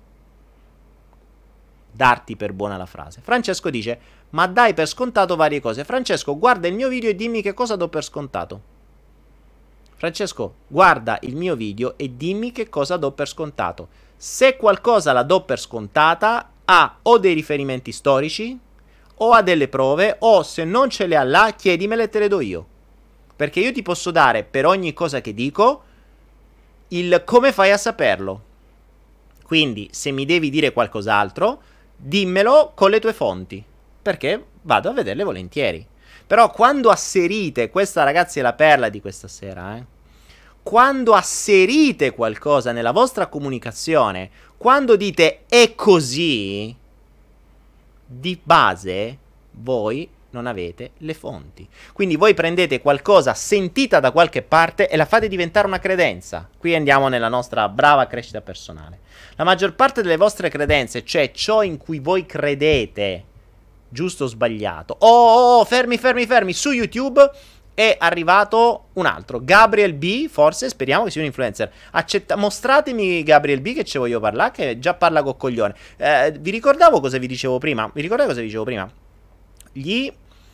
darti per buona la frase. Francesco dice ma dai per scontato varie cose. Francesco, guarda il mio video e dimmi che cosa do per scontato. Francesco, guarda il mio video e dimmi che cosa do per scontato. Se qualcosa la do per scontata, ha o dei riferimenti storici, o ha delle prove, o se non ce le ha là, chiedimele e te le do io. Perché io ti posso dare per ogni cosa che dico il come fai a saperlo. Quindi, se mi devi dire qualcos'altro, dimmelo con le tue fonti. Perché vado a vederle volentieri. Però quando asserite, questa ragazzi è la perla di questa sera, quando asserite qualcosa nella vostra comunicazione, quando dite è così, di base voi non avete le fonti. Quindi voi prendete qualcosa sentita da qualche parte e la fate diventare una credenza. Qui andiamo nella nostra brava crescita personale. La maggior parte delle vostre credenze, cioè ciò in cui voi credete, giusto o sbagliato. Fermi, su YouTube è arrivato un altro, Gabriel B, forse, speriamo che sia un influencer. Mostratemi Gabriel B che ci voglio parlare, che già parla con coglione. Vi ricordavo cosa vi dicevo prima? Vi ricordate cosa vi dicevo prima?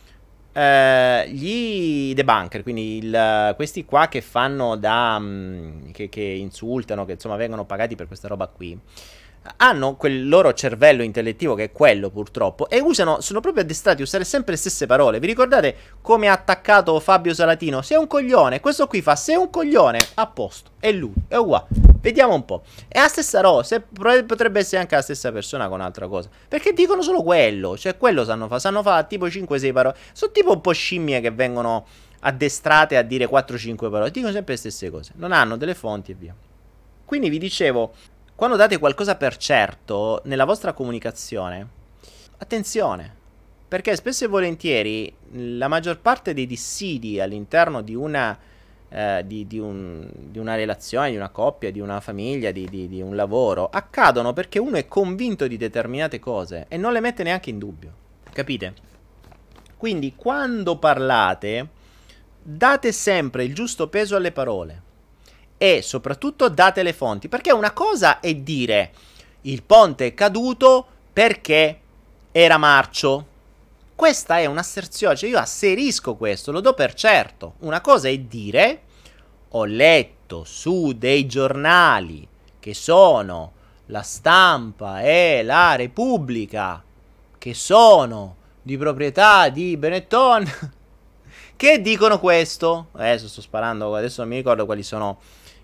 Gli debunker, quindi questi qua che fanno che insultano, che insomma vengono pagati per questa roba qui, hanno quel loro cervello intellettivo che è quello purtroppo e sono proprio addestrati a usare sempre le stesse parole. Vi ricordate come ha attaccato Fabio Salatino? Sei un coglione, questo qui fa sei un coglione, a posto, è lui, è uguale. Vediamo un po'. È la stessa roba, potrebbe essere anche la stessa persona con altra cosa. Perché dicono solo quello, cioè quello sanno fa tipo 5-6 parole. Sono tipo un po' scimmie che vengono addestrate a dire 4-5 parole, dicono sempre le stesse cose, non hanno delle fonti e via. Quindi vi dicevo, quando date qualcosa per certo nella vostra comunicazione, attenzione, perché spesso e volentieri la maggior parte dei dissidi all'interno di una di una relazione, di una coppia, di una famiglia, di un lavoro, accadono perché uno è convinto di determinate cose e non le mette neanche in dubbio. Capite? Quindi quando parlate, date sempre il giusto peso alle parole e soprattutto date le fonti, perché una cosa è dire il ponte è caduto perché era marcio. Questa è un'asserzione, cioè io asserisco questo, lo do per certo. Una cosa è dire ho letto su dei giornali che sono La Stampa e La Repubblica, che sono di proprietà di Benetton, che dicono questo. Adesso sto sparando, adesso non mi ricordo quali sono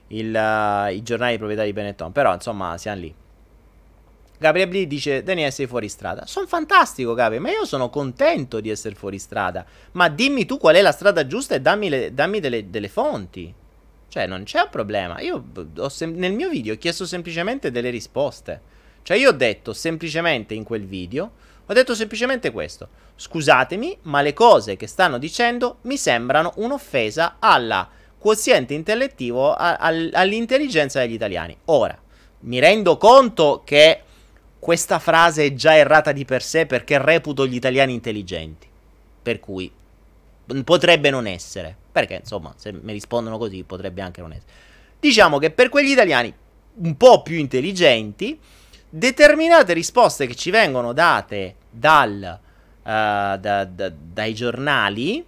i giornali di proprietà di Benetton, però insomma siamo lì. Gabriele B dice Daniele sei fuori strada. Sono fantastico Gabriele, ma io sono contento di essere fuori strada. Ma dimmi tu qual è la strada giusta e dammi delle fonti. Cioè non c'è un problema. Io nel mio video ho chiesto semplicemente delle risposte. Cioè io ho detto semplicemente in quel video, ho detto semplicemente questo. Scusatemi, ma le cose che stanno dicendo mi sembrano un'offesa alla quoziente intellettivo, all'intelligenza degli italiani. Ora, mi rendo conto che questa frase è già errata di per sé perché reputo gli italiani intelligenti. Per cui potrebbe non essere. Perché insomma, se mi rispondono così, potrebbe anche non essere. Diciamo che per quegli italiani un po' più intelligenti, determinate risposte che ci vengono date dai giornali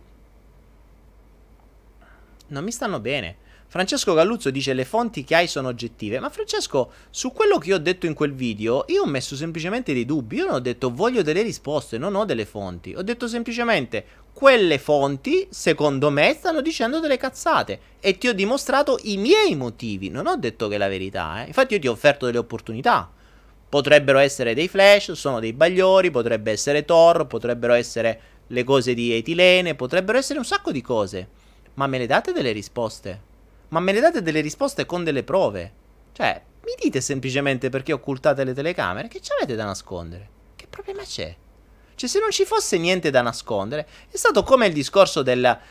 non mi stanno bene. Francesco Galluzzo dice le fonti che hai sono oggettive. Ma Francesco, su quello che io ho detto in quel video, io ho messo semplicemente dei dubbi. Io non ho detto voglio delle risposte, non ho delle fonti. Ho detto semplicemente quelle fonti, secondo me, stanno dicendo delle cazzate. E ti ho dimostrato i miei motivi. Non ho detto che è la verità, Infatti io ti ho offerto delle opportunità. Potrebbero essere dei flash, sono dei bagliori, potrebbe essere Thor, potrebbero essere le cose di etilene, potrebbero essere un sacco di cose. Ma me le date delle risposte? Ma me ne date delle risposte con delle prove? Cioè, mi dite semplicemente perché occultate le telecamere? Che ci avete da nascondere? Che problema c'è? Cioè, se non ci fosse niente da nascondere, è stato come il discorso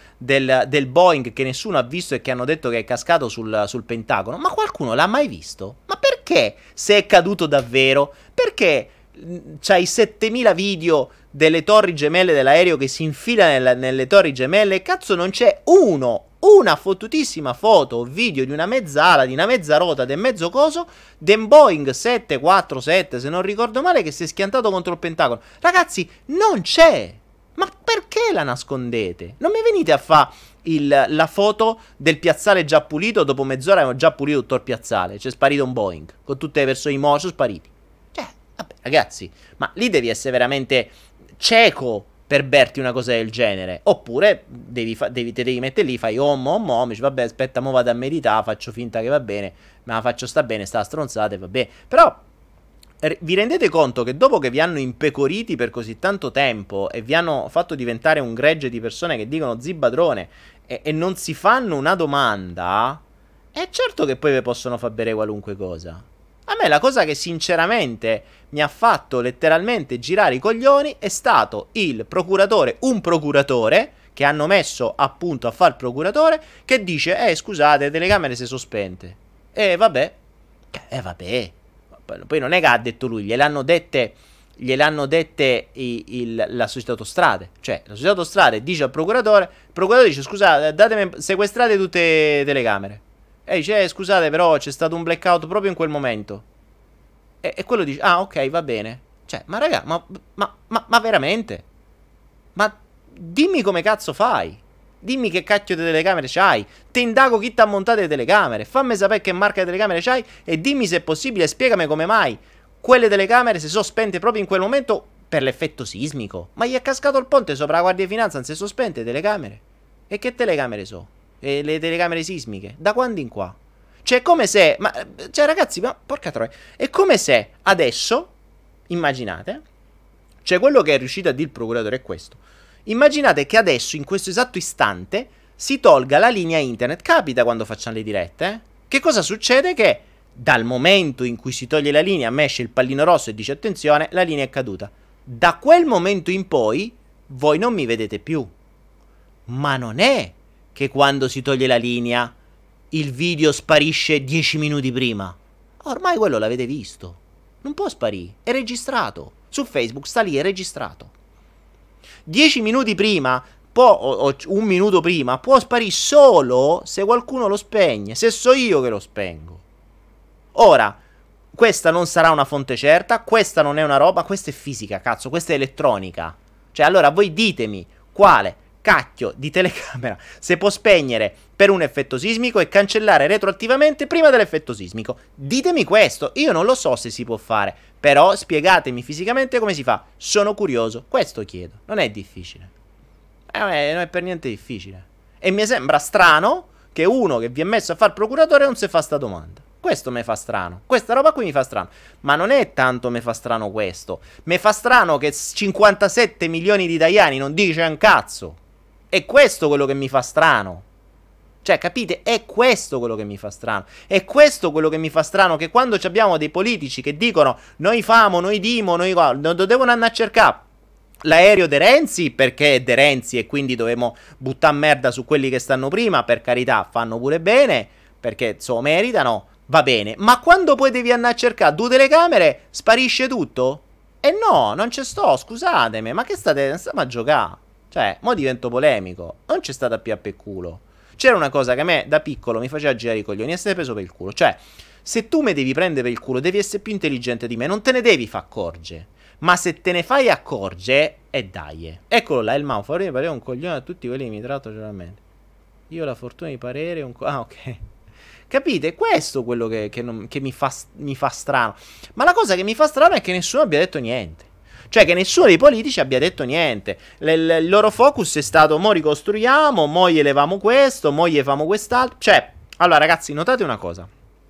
del Boeing che nessuno ha visto e che hanno detto che è cascato sul Pentagono. Ma qualcuno l'ha mai visto? Ma perché? Se è caduto davvero? Perché c'hai 7000 video delle torri gemelle dell'aereo che si infila nelle torri gemelle e cazzo non c'è una fottutissima foto o video di una mezzala, di una mezza rota, del mezzo coso, del Boeing 747, se non ricordo male, che si è schiantato contro il Pentagono. Ragazzi, non c'è! Ma perché la nascondete? Non mi venite a fare la foto del piazzale già pulito, dopo mezz'ora abbiamo già pulito tutto il piazzale, c'è sparito un Boeing, con tutte le persone in moto, sono spariti. Cioè, vabbè, ragazzi, ma lì devi essere veramente cieco per berti una cosa del genere. Oppure te devi mettere lì, fai dici vabbè aspetta mo vado a meditare, faccio finta che va bene, ma la faccio sta bene, sta stronzata e va bene. Però vi rendete conto che dopo che vi hanno impecoriti per così tanto tempo e vi hanno fatto diventare un gregge di persone che dicono zibadrone e non si fanno una domanda, è certo che poi vi possono far bere qualunque cosa. A me la cosa che sinceramente mi ha fatto letteralmente girare i coglioni è stato un procuratore che hanno messo appunto a fare il procuratore che dice scusate le telecamere si sono spente. Vabbè. Vabbè. Poi non è che ha detto lui, gliel'hanno dette la società autostrade. Cioè la società autostrade dice al procuratore, il procuratore dice scusate sequestrate tutte le telecamere. E dice scusate però c'è stato un blackout proprio in quel momento. E quello dice ok va bene. Cioè ma raga ma veramente? Ma Dimmi come cazzo fai. Dimmi che cacchio di telecamere c'hai. Te indago chi t'ha montato le telecamere. Fammi sapere che marca di telecamere c'hai e dimmi se è possibile, spiegami come mai quelle telecamere si sono spente proprio in quel momento per l'effetto sismico. Ma gli è cascato il ponte sopra la Guardia di Finanza, non si sono spente le telecamere. E che telecamere so? E le telecamere sismiche? Da quando in qua? Cioè, è come se... Ma, cioè, ragazzi, ma porca troia. È come se adesso, immaginate, cioè quello che è riuscito a dire il procuratore è questo. Immaginate che adesso, in questo esatto istante, si tolga la linea internet. Capita quando facciamo le dirette, eh? Che cosa succede? Che dal momento in cui si toglie la linea, a me esce il pallino rosso e dice attenzione, la linea è caduta. Da quel momento in poi, voi non mi vedete più. Ma non è che quando si toglie la linea, il video sparisce 10 minuti prima. Ormai quello l'avete visto. Non può sparire, è registrato. Su Facebook sta lì, è registrato. 10 minuti prima o un minuto prima può sparire solo se qualcuno lo spegne, se so io che lo spengo. Ora, questa non sarà una fonte certa, questa non è una roba, questa è fisica, cazzo, questa è elettronica. Cioè, allora voi ditemi quale cacchio di telecamera si può spegnere per un effetto sismico e cancellare retroattivamente prima dell'effetto sismico. Ditemi questo, io non lo so se si può fare, però spiegatemi fisicamente come si fa. Sono curioso, questo chiedo, non è difficile. Non è per niente difficile. E mi sembra strano che uno che vi è messo a fare procuratore non si fa sta domanda. Questo mi fa strano. Questa roba qui mi fa strano. Ma non è tanto mi fa strano questo. Mi fa strano che 57 milioni di italiani non dice un cazzo. È questo quello che mi fa strano. Cioè, capite? È questo quello che mi fa strano. È questo quello che mi fa strano. Che quando abbiamo dei politici che dicono noi famo, noi dimo, noi non devono andare a cercare l'aereo De Renzi perché è De Renzi e quindi dovremmo buttare merda su quelli che stanno prima. Per carità, fanno pure bene perché so meritano. Va bene, ma quando poi devi andare a cercare due telecamere, sparisce tutto? E no, non ci sto, scusatemi, ma che stiamo a giocare? Cioè, mo divento polemico, non c'è stata più a per culo. C'era una cosa che a me da piccolo mi faceva girare i coglioni, essere preso per il culo. Cioè, se tu mi devi prendere per il culo, devi essere più intelligente di me, non te ne devi far accorgere. Ma se te ne fai accorgere, dai. Eccolo là, il Mau, farei parere un coglione a tutti quelli che mi tratto generalmente. Io ho la fortuna di parere un ah, ok. Capite? Questo è quello che mi fa strano. Ma la cosa che mi fa strano è che nessuno abbia detto niente. Cioè che nessuno dei politici abbia detto niente. Il loro focus è stato mo ricostruiamo, mo gli elevamo questo, mo gli famo quest'altro. Cioè, allora ragazzi, notate una cosa.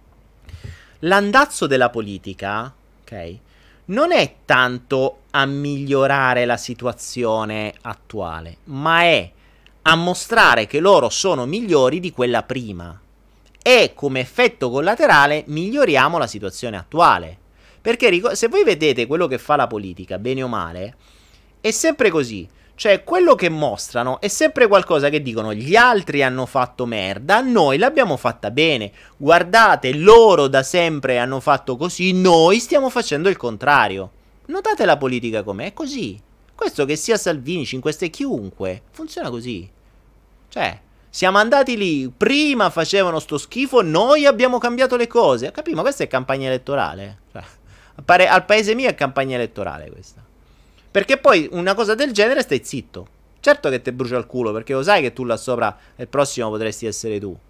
L'andazzo della politica, ok, non è tanto a migliorare la situazione attuale, ma è a mostrare che loro sono migliori di quella prima. E come effetto collaterale miglioriamo la situazione attuale. Perché se voi vedete quello che fa la politica, bene o male, è sempre così. Cioè, quello che mostrano è sempre qualcosa che dicono gli altri hanno fatto merda, noi l'abbiamo fatta bene. Guardate, loro da sempre hanno fatto così, noi stiamo facendo il contrario. Notate la politica com'è? È così. Questo che sia Salvini, 5 Stelle, chiunque, funziona così. Cioè, siamo andati lì, prima facevano sto schifo, noi abbiamo cambiato le cose. Capì? Ma questa è campagna elettorale. Cioè, al paese mio è campagna elettorale questa. Perché poi una cosa del genere stai zitto. Certo che ti brucia il culo, perché lo sai che tu là sopra il prossimo potresti essere tu.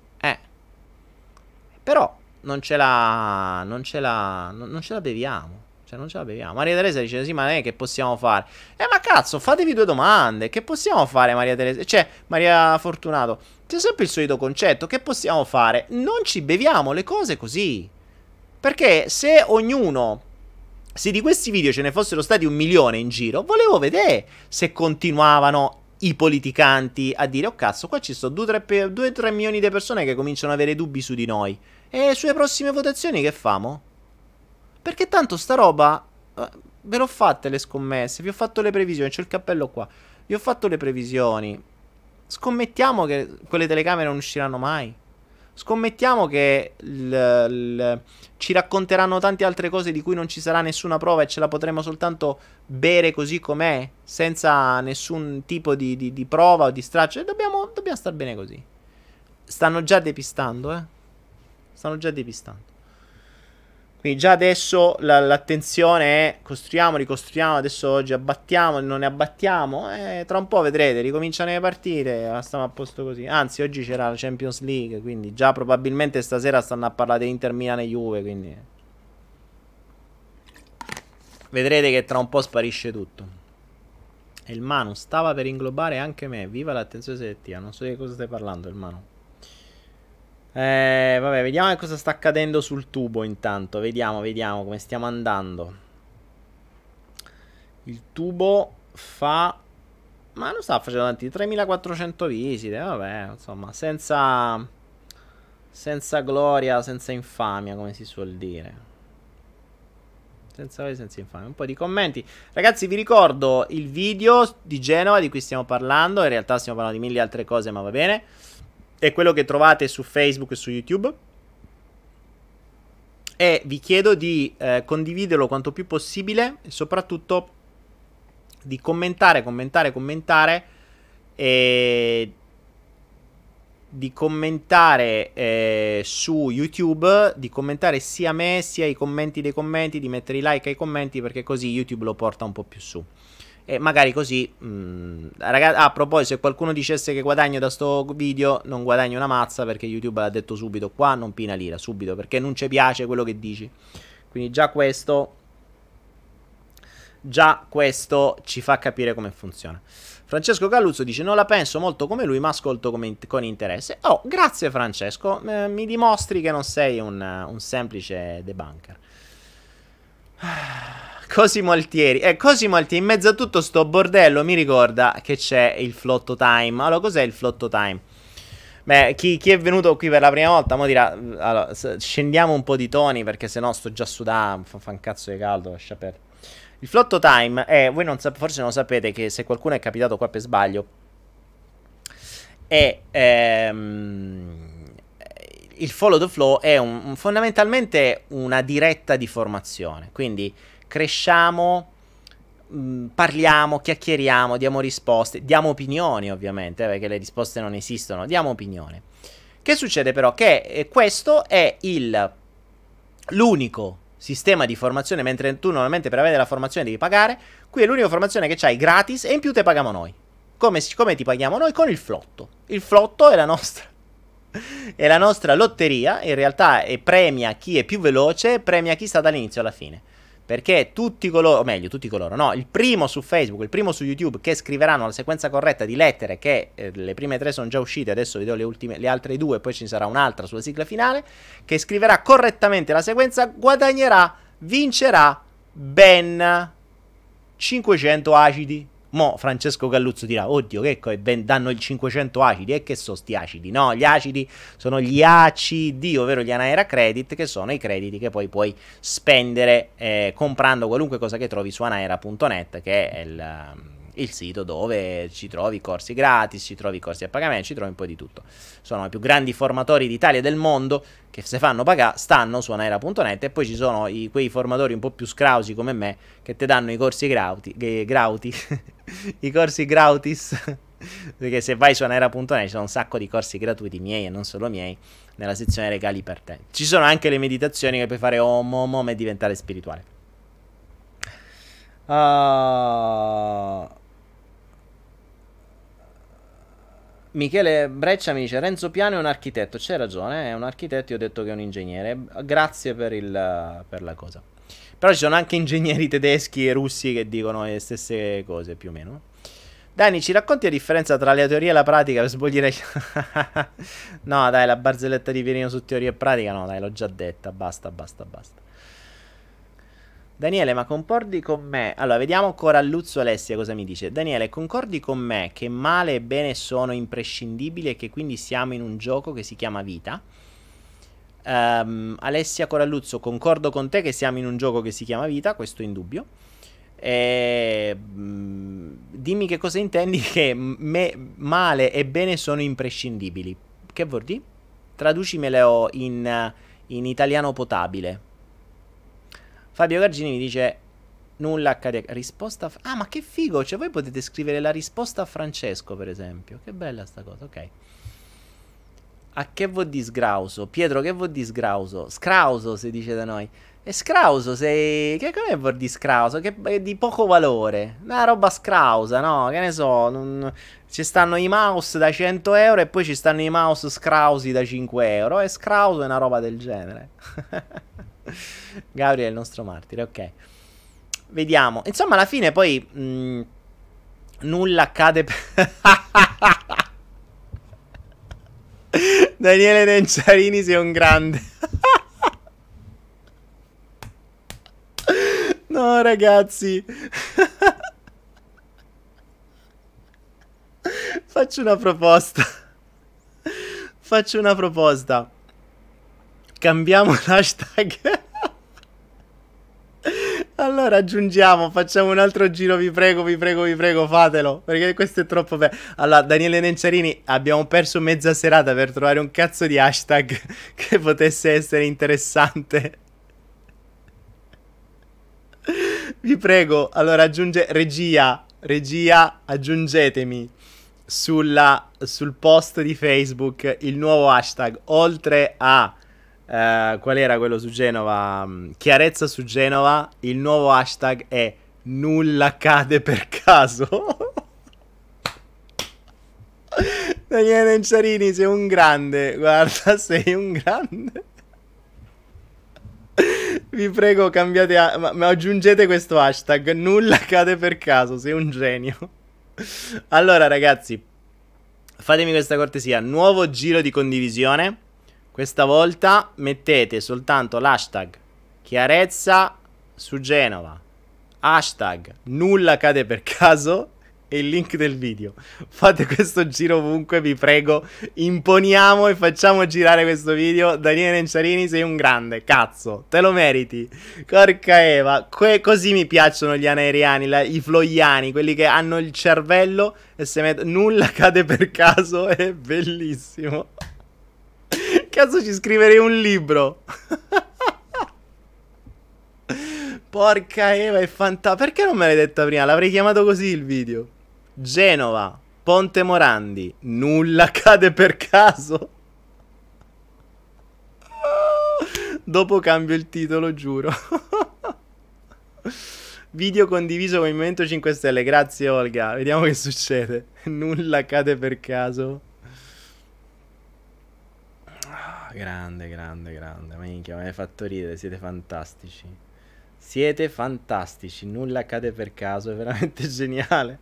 Però non ce la beviamo. Cioè non ce la beviamo. Maria Teresa dice sì, ma non è che possiamo fare. Ma cazzo, fatevi due domande. Che possiamo fare, Maria Teresa? Cioè, Maria Fortunato, c'è sempre il solito concetto. Che possiamo fare? Non ci beviamo le cose così. Perché se ognuno, se di questi video ce ne fossero stati 1 milione in giro, volevo vedere se continuavano i politicanti a dire oh cazzo, qua ci sono 2-3 milioni di persone che cominciano ad avere dubbi su di noi. E sulle prossime votazioni che famo? Perché tanto sta roba ve l'ho fatte le scommesse, vi ho fatto le previsioni, c'ho il cappello qua, vi ho fatto le previsioni. Scommettiamo che quelle telecamere non usciranno mai. Scommettiamo che ci racconteranno tante altre cose di cui non ci sarà nessuna prova e ce la potremo soltanto bere così com'è, senza nessun tipo di prova o di straccio. E dobbiamo star bene così. Stanno già depistando, Stanno già depistando. Quindi già adesso l'attenzione è costruiamo, ricostruiamo, adesso oggi abbattiamo, non ne abbattiamo, tra un po' vedrete, ricominciano le partite, stiamo a posto così. Anzi, oggi c'era la Champions League, quindi già probabilmente stasera stanno a parlare di Inter Milan e Juve, quindi vedrete che tra un po' sparisce tutto. E il Manu stava per inglobare anche me, viva l'attenzione selettiva, non so di cosa stai parlando il Manu. Vabbè, vediamo che cosa sta accadendo sul tubo intanto. Vediamo come stiamo andando. Il tubo fa... Ma non sta facendo tanti, 3400 visite, vabbè, insomma, senza gloria, senza infamia, come si suol dire. Senza gloria, senza infamia. Un po' di commenti. Ragazzi, vi ricordo il video di Genova di cui stiamo parlando. In realtà stiamo parlando di mille altre cose, ma va bene. È quello che trovate su Facebook e su YouTube. E vi chiedo di condividerlo quanto più possibile e soprattutto di commentare e di commentare su YouTube, di commentare sia me sia i commenti dei commenti, di mettere i like ai commenti, perché così YouTube lo porta un po' più su. E magari così ragazzi, a proposito, se qualcuno dicesse che guadagno da sto video, non guadagno una mazza, perché YouTube l'ha detto subito, qua non pina lira, subito, perché non ci piace quello che dici. Quindi già questo ci fa capire come funziona. Francesco Galluzzo dice: non la penso molto come lui, ma ascolto con interesse. Oh, grazie Francesco, mi dimostri che non sei un semplice debunker. Cosimo Altieri, Cosimo Altieri, in mezzo a tutto sto bordello mi ricorda che c'è il Flotto Time. Allora, cos'è il Flotto Time? Beh, chi è venuto qui per la prima volta mo dirà, allora, scendiamo un po' di toni, perché sennò sto già sudando, fa un cazzo di caldo, lascia perdere. Il Flotto Time è, voi forse non sapete, che se qualcuno è capitato qua per sbaglio, è il Follow the Flow è fondamentalmente una diretta di formazione. Quindi cresciamo, parliamo, chiacchieriamo, diamo risposte, diamo opinioni ovviamente, perché le risposte non esistono, diamo opinioni. Che succede però? Che questo è l'unico sistema di formazione, mentre tu normalmente per avere la formazione devi pagare, qui è l'unica formazione che c'hai gratis e in più te paghiamo noi. Come ti paghiamo noi? Con il Flotto. Il Flotto è la nostra lotteria, in realtà, e premia chi è più veloce, premia chi sta dall'inizio alla fine. Perché tutti coloro, o meglio, tutti coloro, no, il primo su Facebook, il primo su YouTube che scriveranno la sequenza corretta di lettere, che le prime 3 sono già uscite, adesso vi do le altre 2, poi ci sarà un'altra sulla sigla finale, che scriverà correttamente la sequenza, vincerà ben 500 acidi. Mo Francesco Galluzzo dirà: oddio, che danno il 500 acidi, e che sono sti acidi? No, gli acidi sono gli ACD, ovvero gli Anaera Credit, che sono i crediti che poi puoi spendere comprando qualunque cosa che trovi su anaera.net, che è il sito dove ci trovi corsi gratis, ci trovi corsi a pagamento, ci trovi un po' di tutto. Sono i più grandi formatori d'Italia e del mondo, che se fanno pagare stanno su anaera.net, e poi ci sono quei formatori un po' più scrausi come me, che ti danno i corsi grauti i corsi gratis perché se vai su anaera.net ci sono un sacco di corsi gratuiti miei e non solo miei nella sezione regali per te. Ci sono anche le meditazioni che puoi fare om e diventare spirituale. Michele Breccia mi dice: Renzo Piano è un architetto. C'hai ragione, è un architetto, io ho detto che è un ingegnere. Grazie per la cosa. Però ci sono anche ingegneri tedeschi e russi che dicono le stesse cose, più o meno. Dani, ci racconti la differenza tra la teoria e la pratica per sbogliere... No, dai, la barzelletta di Pierino su teoria e pratica, no, dai, l'ho già detta. Basta. Daniele, ma concordi con me? Allora, vediamo ancora Luzzo Alessia cosa mi dice. Daniele, concordi con me che male e bene sono imprescindibili e che quindi siamo in un gioco che si chiama vita? Alessia Coralluzzo, concordo con te che siamo in un gioco che si chiama vita, questo è indubbio. Dimmi che cosa intendi che male e bene sono imprescindibili. Che vuol dire? Traducimelo in italiano potabile. Fabio Gargini mi dice: nulla accade. Risposta ma che figo, cioè voi potete scrivere la risposta a Francesco, per esempio. Che bella sta cosa, ok. A che vuol di sgrauso? Pietro, che vuol di sgrauso? Scrauso, si dice da noi. E scrauso, sei... Che come vuol di scrauso? Che è di poco valore. Una roba scrausa, no? Che ne so, ci stanno i mouse da 100 euro e poi ci stanno i mouse scrausi da 5 euro. E scrauso è una roba del genere. Gabriele è il nostro martire, ok. Vediamo. Insomma, alla fine poi... nulla accade per... Daniele Nenciarini sei un grande. No, ragazzi. Faccio una proposta. Faccio una proposta. Cambiamo l'hashtag. Allora aggiungiamo, facciamo un altro giro, vi prego, vi prego, vi prego, fatelo, perché questo è troppo bello. Allora, Daniele Nenciarini, abbiamo perso mezza serata per trovare un cazzo di hashtag che potesse essere interessante. Vi prego, allora regia, aggiungetemi sul post di Facebook il nuovo hashtag, oltre a... qual era quello su Genova? Chiarezza su Genova. Il nuovo hashtag è nulla accade per caso. Daniele Nenciarini sei un grande. Guarda, sei un grande. Vi prego cambiate ma aggiungete questo hashtag nulla accade per caso. Sei un genio. Allora ragazzi, fatemi questa cortesia. Nuovo giro di condivisione. Questa volta mettete soltanto l'hashtag chiarezza su Genova, hashtag nulla cade per caso e il link del video. Fate questo giro ovunque, vi prego, imponiamo e facciamo girare questo video. Daniele Nenciarini sei un grande, cazzo, te lo meriti. Porca Eva, così mi piacciono gli aneriani, i floiani, quelli che hanno il cervello e se mettono nulla cade per caso, è bellissimo. Cazzo, ci scriverei un libro. Porca Eva, è fantastico. Perché non me l'hai detta prima? L'avrei chiamato così il video. Genova, Ponte Morandi, nulla cade per caso. Dopo cambio il titolo, giuro. Video condiviso con il Movimento 5 Stelle. Grazie Olga. Vediamo che succede. Nulla cade per caso. Grande, grande, grande. Minchia, mi hai fatto ridere. Siete fantastici. Siete fantastici. Nulla accade per caso. È veramente geniale.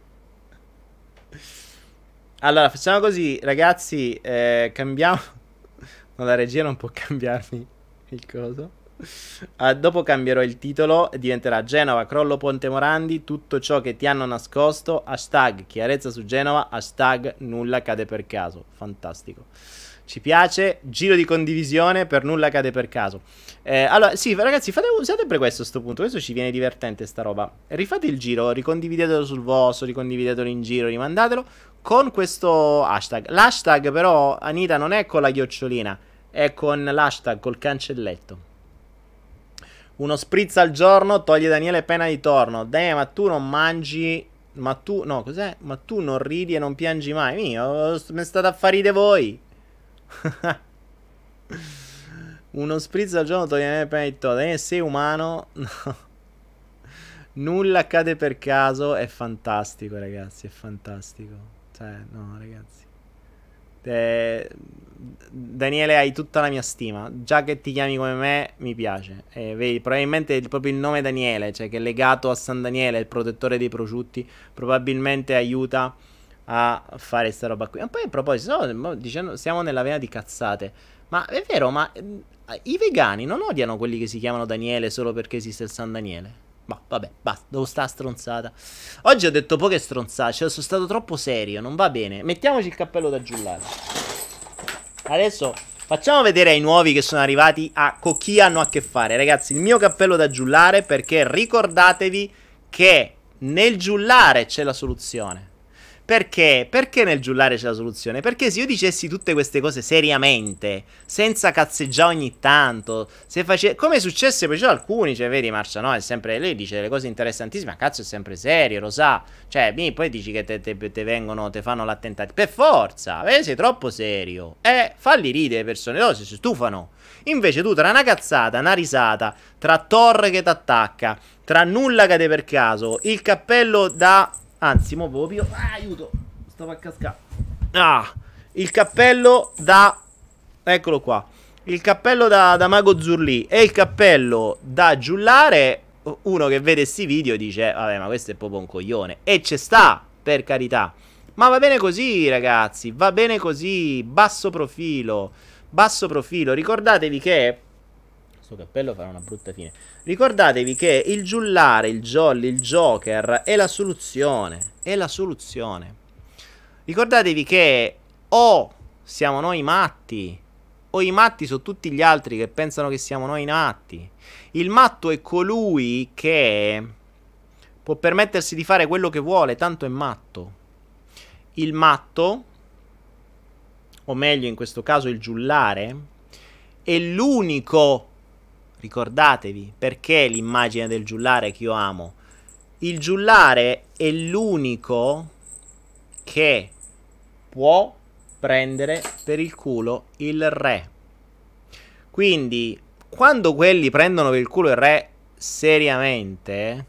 Allora, facciamo così, ragazzi. Cambiamo. No, la regia non può cambiarmi il coso. Dopo cambierò il titolo e diventerà Genova, crollo Ponte Morandi, tutto ciò che ti hanno nascosto. Hashtag chiarezza su Genova. Hashtag nulla accade per caso. Fantastico. Ci piace, giro di condivisione per nulla cade per caso. Allora, sì, ragazzi, usate sempre questo a sto punto. Questo ci viene divertente, sta roba. Rifate il giro, ricondividetelo sul vostro, ricondividetelo in giro, rimandatelo con questo hashtag. L'hashtag, però, Anita, non è con la ghiocciolina, è con l'hashtag col cancelletto. Uno spritz al giorno toglie Daniele pena di torno. Dai, ma tu non mangi. Ma tu, no, cos'è? Ma tu non ridi e non piangi mai. Mi state a fare ridere voi. Uno spritz al giorno toglie pena di torno. Sei umano. No. Nulla accade per caso. È fantastico, ragazzi. È fantastico. Cioè, no, ragazzi. Daniele, hai tutta la mia stima. Già che ti chiami come me, mi piace. Vedi, probabilmente proprio il nome Daniele, cioè che è legato a San Daniele, il protettore dei prosciutti, probabilmente aiuta a fare sta roba qui. Ma poi a proposito, dicendo, siamo nella vena di cazzate. Ma è vero, ma i vegani non odiano quelli che si chiamano Daniele solo perché esiste il San Daniele? Ma vabbè, basta, devo stare stronzata. Oggi ho detto poche stronzate, cioè sono stato troppo serio, non va bene. Mettiamoci il cappello da giullare. Adesso facciamo vedere ai nuovi che sono arrivati con chi hanno a che fare. Ragazzi, il mio cappello da giullare, perché ricordatevi che nel giullare c'è la soluzione. Perché? Perché nel giullare c'è la soluzione? Perché se io dicessi tutte queste cose seriamente, senza cazzeggiare ogni tanto, se come è successo poi c'è alcuni, cioè vedi Marcia, no, è sempre, lei dice delle cose interessantissime, ma cazzo è sempre serio, lo sa, cioè poi dici che te vengono, te fanno l'attentato, per forza, sei troppo serio, falli ridere le persone, loro si stufano. Invece tu tra una cazzata, una risata, tra Thor che t'attacca, tra nulla cade per caso, il cappello da... Anzi, mo proprio... aiuto! Stavo a cascare. Il cappello da... Eccolo qua. Il cappello da Mago Zurlì e il cappello da giullare. Uno che vede sti video dice, vabbè, ma questo è proprio un coglione. E ci sta, per carità. Ma va bene così, ragazzi. Va bene così. Basso profilo. Basso profilo. Ricordatevi che... Questo cappello farà una brutta fine. Ricordatevi che il giullare, il jolly, il joker è la soluzione. È la soluzione. Ricordatevi che o siamo noi matti, o i matti sono tutti gli altri che pensano che siamo noi matti. Il matto è colui che può permettersi di fare quello che vuole, tanto è matto. Il matto, o meglio in questo caso il giullare, è l'unico... Ricordatevi, perché l'immagine del giullare che io amo? Il giullare è l'unico che può prendere per il culo il re. Quindi, quando quelli prendono per il culo il re seriamente,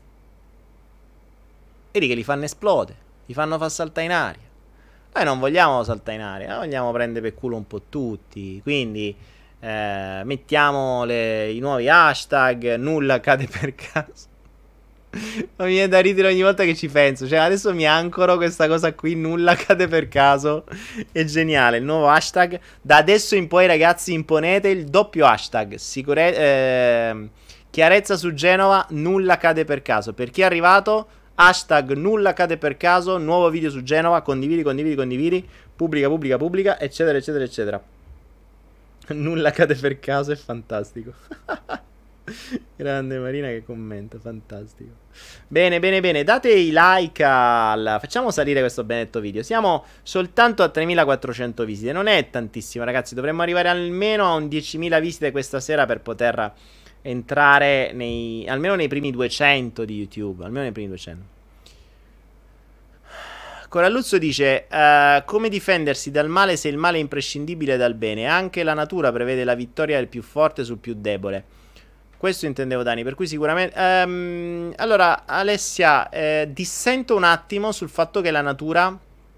vedi che li fanno esplodere, li fanno far saltare in aria. Noi non vogliamo saltare in aria, vogliamo prendere per culo un po' tutti, quindi... mettiamo i nuovi hashtag, nulla accade per caso. Mi viene da ridere ogni volta che ci penso. Cioè adesso mi ancoro questa cosa qui, nulla accade per caso. È geniale, il nuovo hashtag. Da adesso in poi ragazzi imponete il doppio hashtag. Chiarezza su Genova, nulla accade per caso. Per chi è arrivato, hashtag nulla accade per caso, nuovo video su Genova, condividi, pubblica, eccetera eccetera eccetera. Nulla accade per caso, è fantastico. Grande Marina che commenta, fantastico. Bene, date i like facciamo salire questo benedetto video. Siamo soltanto a 3400 visite. Non è tantissimo ragazzi, dovremmo arrivare almeno a un 10.000 visite questa sera per poter entrare almeno nei primi 200 di YouTube. Almeno nei primi 200. Coralluzzo dice come difendersi dal male se il male è imprescindibile dal bene. Anche la natura prevede la vittoria del più forte sul più debole. Questo intendevo Dani, per cui sicuramente allora Alessia, dissento un attimo sul fatto che la natura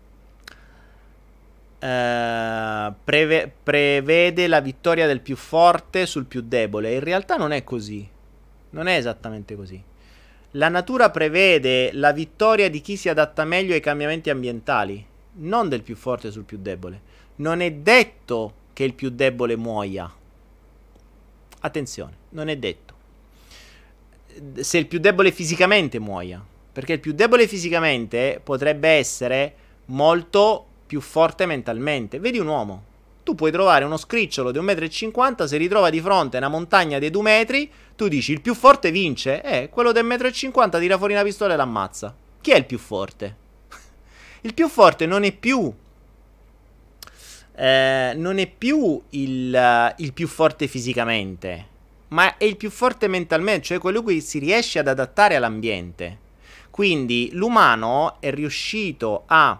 prevede la vittoria del più forte sul più debole. In realtà non è così. Non è esattamente così. La natura prevede la vittoria di chi si adatta meglio ai cambiamenti ambientali, non del più forte sul più debole. Non è detto che il più debole muoia. Attenzione, non è detto. Se il più debole fisicamente muoia, perché il più debole fisicamente potrebbe essere molto più forte mentalmente. Vedi un uomo. Tu puoi trovare uno scricciolo di 1,50 m, se ritrova di fronte una montagna di 2 metri, tu dici il più forte vince, quello del 1,50 m tira fuori una pistola e l'ammazza. Chi è il più forte? Il più forte non è più il più forte fisicamente, ma è il più forte mentalmente, cioè quello che si riesce ad adattare all'ambiente. Quindi l'umano è riuscito a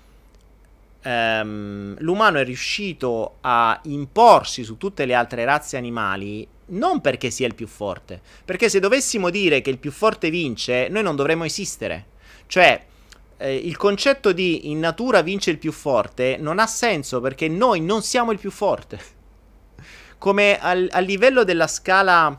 imporsi su tutte le altre razze animali non perché sia il più forte, perché se dovessimo dire che il più forte vince, noi non dovremmo esistere. Cioè il concetto di in natura vince il più forte non ha senso, perché noi non siamo il più forte. Come a livello della scala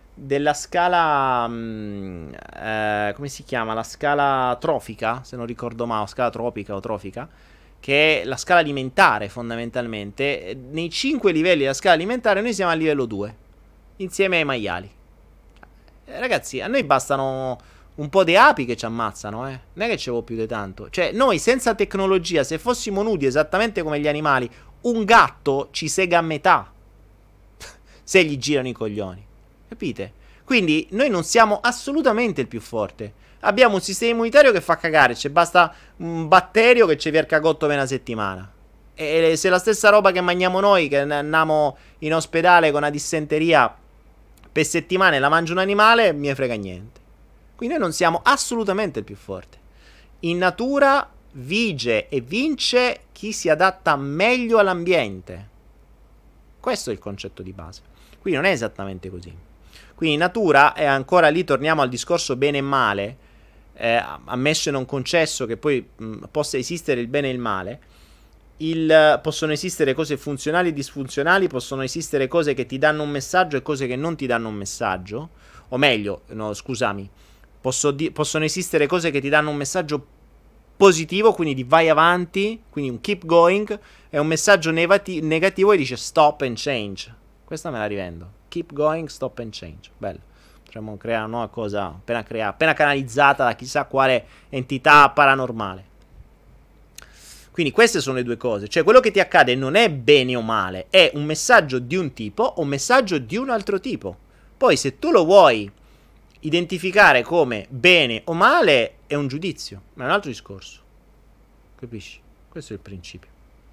come si chiama? La scala trofica, se non ricordo male, scala tropica o trofica, che è la scala alimentare fondamentalmente. Nei 5 livelli della scala alimentare noi siamo a livello 2 insieme ai maiali. Ragazzi, a noi bastano un po' di api che ci ammazzano, non è che ci vuole più di tanto. Cioè noi senza tecnologia, se fossimo nudi esattamente come gli animali, un gatto ci sega a metà se gli girano i coglioni, capite? Quindi noi non siamo assolutamente il più forte. Abbiamo un sistema immunitario che fa cagare, ci basta un batterio che ci viene cagotto per una settimana. E se la stessa roba che mangiamo noi, che andiamo in ospedale con una dissenteria per settimane, la mangia un animale, mi frega niente. Quindi noi non siamo assolutamente il più forte. In natura vige e vince chi si adatta meglio all'ambiente. Questo è il concetto di base. Qui non è esattamente così. Quindi in natura, e ancora lì torniamo al discorso bene e male, ammesso e non concesso che poi possa esistere il bene e il male, possono esistere cose funzionali e disfunzionali, possono esistere cose che ti danno un messaggio e cose che non ti danno un messaggio, o meglio, no, scusami, possono esistere cose che ti danno un messaggio positivo, quindi di vai avanti, quindi un keep going, e un messaggio negativo e dice stop and change. Questa me la rivendo. Keep going, stop and change. Bello. Potremmo creare una nuova cosa appena canalizzata da chissà quale entità paranormale. Quindi queste sono le due cose. Cioè quello che ti accade non è bene o male, è un messaggio di un tipo o un messaggio di un altro tipo. Poi se tu lo vuoi identificare come bene o male è un giudizio, ma è un altro discorso. Capisci? Questo è il principio.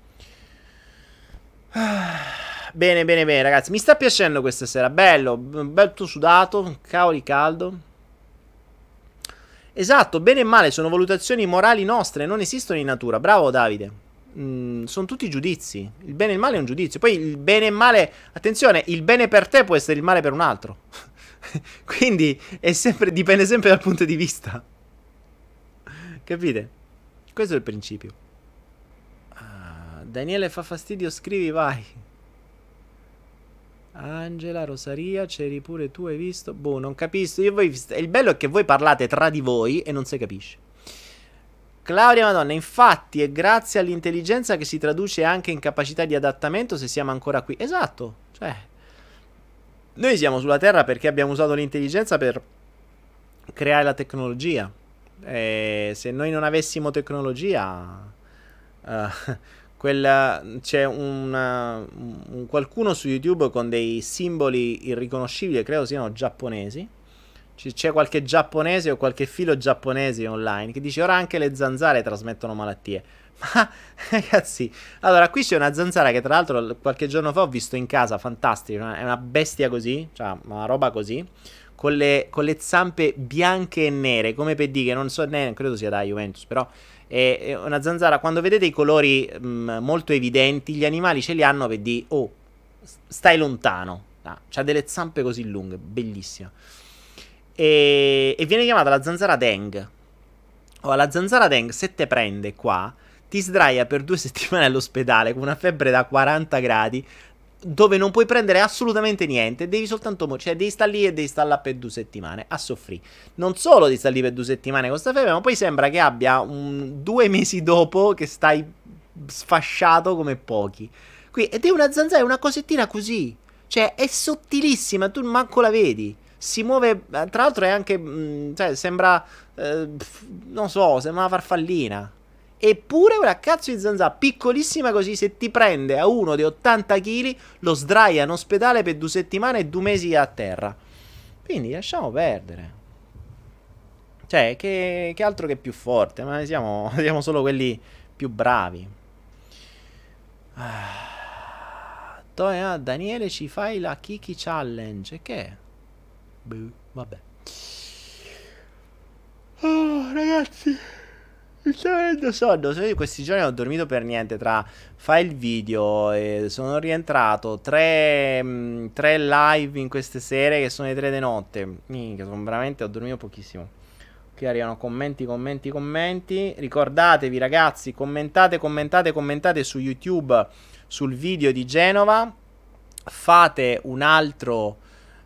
Bene, bene, bene, ragazzi. Mi sta piacendo questa sera. Bello, bel tutto sudato, cavoli caldo. Esatto, bene e male sono valutazioni morali nostre, non esistono in natura. Bravo Davide. Sono tutti giudizi. Il bene e il male è un giudizio. Poi il bene e il male, attenzione, il bene per te può essere il male per un altro. Quindi dipende sempre dal punto di vista. Capite? Questo è il principio. Daniele fa fastidio, scrivi, vai. Angela, Rosaria, c'eri pure tu, hai visto? Boh, non capisco. Il bello è che voi parlate tra di voi e non si capisce. Claudia Madonna, infatti è grazie all'intelligenza che si traduce anche in capacità di adattamento se siamo ancora qui. Esatto, cioè noi siamo sulla Terra perché abbiamo usato l'intelligenza per creare la tecnologia. Se noi non avessimo tecnologia, c'è un qualcuno su YouTube con dei simboli irriconoscibili, credo siano giapponesi. C'è qualche giapponese o qualche filo giapponese online che dice ora anche le zanzare trasmettono malattie. Ma ragazzi, allora qui c'è una zanzara che tra l'altro qualche giorno fa ho visto in casa, fantastica, è una bestia così, cioè una roba così, con le zampe bianche e nere, come per dire, non so, credo sia da Juventus, però è una zanzara, quando vedete i colori molto evidenti, gli animali ce li hanno per dire, oh, stai lontano, c'ha delle zampe così lunghe, bellissima. E viene chiamata la zanzara Deng. La zanzara Deng, se te prende qua, ti sdraia per 2 settimane all'ospedale con una febbre da 40 gradi, dove non puoi prendere assolutamente niente, devi soltanto, cioè devi stare lì e devi stare là per 2 settimane a soffrire. Non solo devi stare lì per 2 settimane con questa febbre, ma poi sembra che abbia 2 mesi dopo che stai sfasciato come pochi. Ed è una zanzara, è una cosettina così, cioè è sottilissima, tu manco la vedi. Si muove, tra l'altro è anche, cioè sembra, non so, sembra una farfallina. Eppure una cazzo di zanzara piccolissima così, se ti prende a uno di 80 kg, lo sdraia in ospedale per 2 settimane e 2 mesi a terra. Quindi lasciamo perdere. Cioè, che altro che più forte, ma siamo solo quelli più bravi. Daniele, ci fai la Kiki Challenge, che è? Vabbè. Oh, ragazzi, mi sto avendo sonno. Io questi giorni non ho dormito per niente. Tra fai il video e sono rientrato 3 live in queste sere che sono le 3 di notte. Minchia, ho dormito pochissimo. Qui arrivano commenti. Ricordatevi, ragazzi, commentate su YouTube sul video di Genova. Fate un altro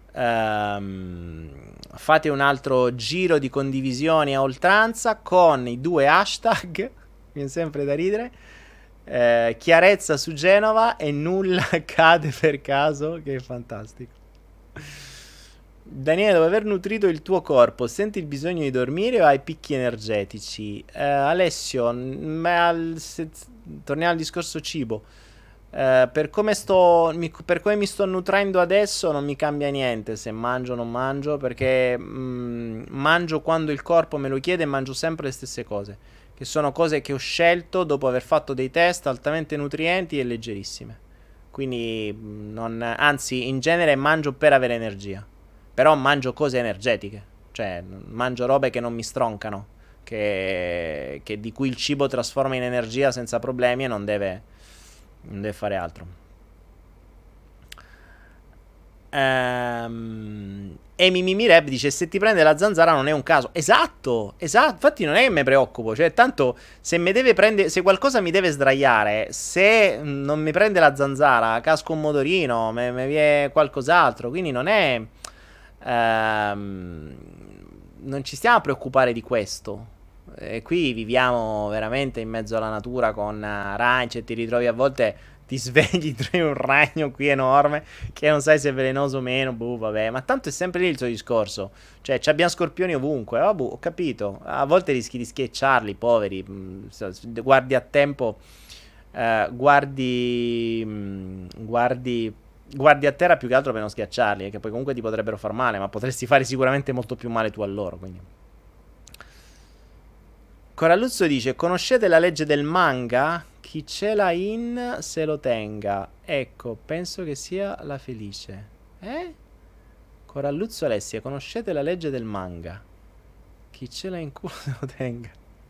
giro di condivisioni a oltranza con i 2 hashtag, viene sempre da ridere, chiarezza su Genova e nulla accade per caso, che è fantastico. Daniele, dopo aver nutrito il tuo corpo, senti il bisogno di dormire o hai picchi energetici? Alessio, torniamo al discorso cibo. Per come mi sto nutrendo adesso non mi cambia niente se mangio o non mangio, perché mangio quando il corpo me lo chiede e mangio sempre le stesse cose, che sono cose che ho scelto dopo aver fatto dei test altamente nutrienti e leggerissime. Quindi anzi, in genere mangio per avere energia, però mangio cose energetiche, cioè mangio robe che non mi stroncano, che di cui il cibo trasforma in energia senza problemi e non deve fare altro. E Mimimi Rap dice: se ti prende la zanzara non è un caso. Esatto, esatto. Infatti non è che mi preoccupo. Cioè, tanto se mi deve prendere, se qualcosa mi deve sdraiare, se non mi prende la zanzara, casco un motorino, mi viene qualcos'altro. Quindi non è. Non ci stiamo a preoccupare di questo. E qui viviamo veramente in mezzo alla natura con ragni e ti ritrovi a volte ti svegli, trovi un ragno qui enorme che non sai se è velenoso o meno, boh, vabbè, ma tanto è sempre lì il suo discorso. Cioè, abbiamo scorpioni ovunque, vabbè, ho capito. A volte rischi di schiacciarli, poveri. Guardi a tempo, guardi a terra più che altro per non schiacciarli, che poi comunque ti potrebbero far male, ma potresti fare sicuramente molto più male tu a loro, quindi. Coralluzzo dice: conoscete la legge del manga? Chi ce l'ha in se lo tenga. Ecco, penso che sia la felice. Coralluzzo Alessia, conoscete la legge del manga? Chi ce l'ha in culo se lo tenga.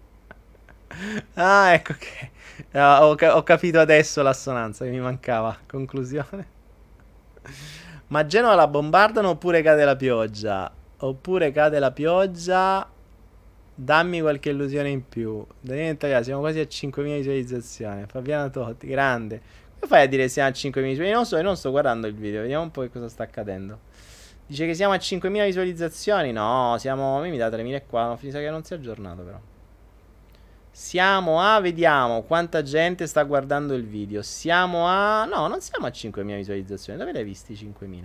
Ah, ecco che ho capito adesso l'assonanza che mi mancava. Conclusione. Ma Genova la bombardano oppure cade la pioggia? Oppure cade la pioggia. Dammi qualche illusione in più. Daniele Tagliati, siamo quasi a 5.000 visualizzazioni. Fabiana Totti, grande. Come fai a dire siamo a 5.000 visualizzazioni? Non sto guardando il video, vediamo un po' che cosa sta accadendo. Dice che siamo a 5.000 visualizzazioni. No, siamo. A me mi dà 3.000 qua. Non finita che non si è aggiornato, però. Siamo a. Vediamo quanta gente sta guardando il video. Siamo a. No, non siamo a 5.000 visualizzazioni. Dove l'hai visti 5.000?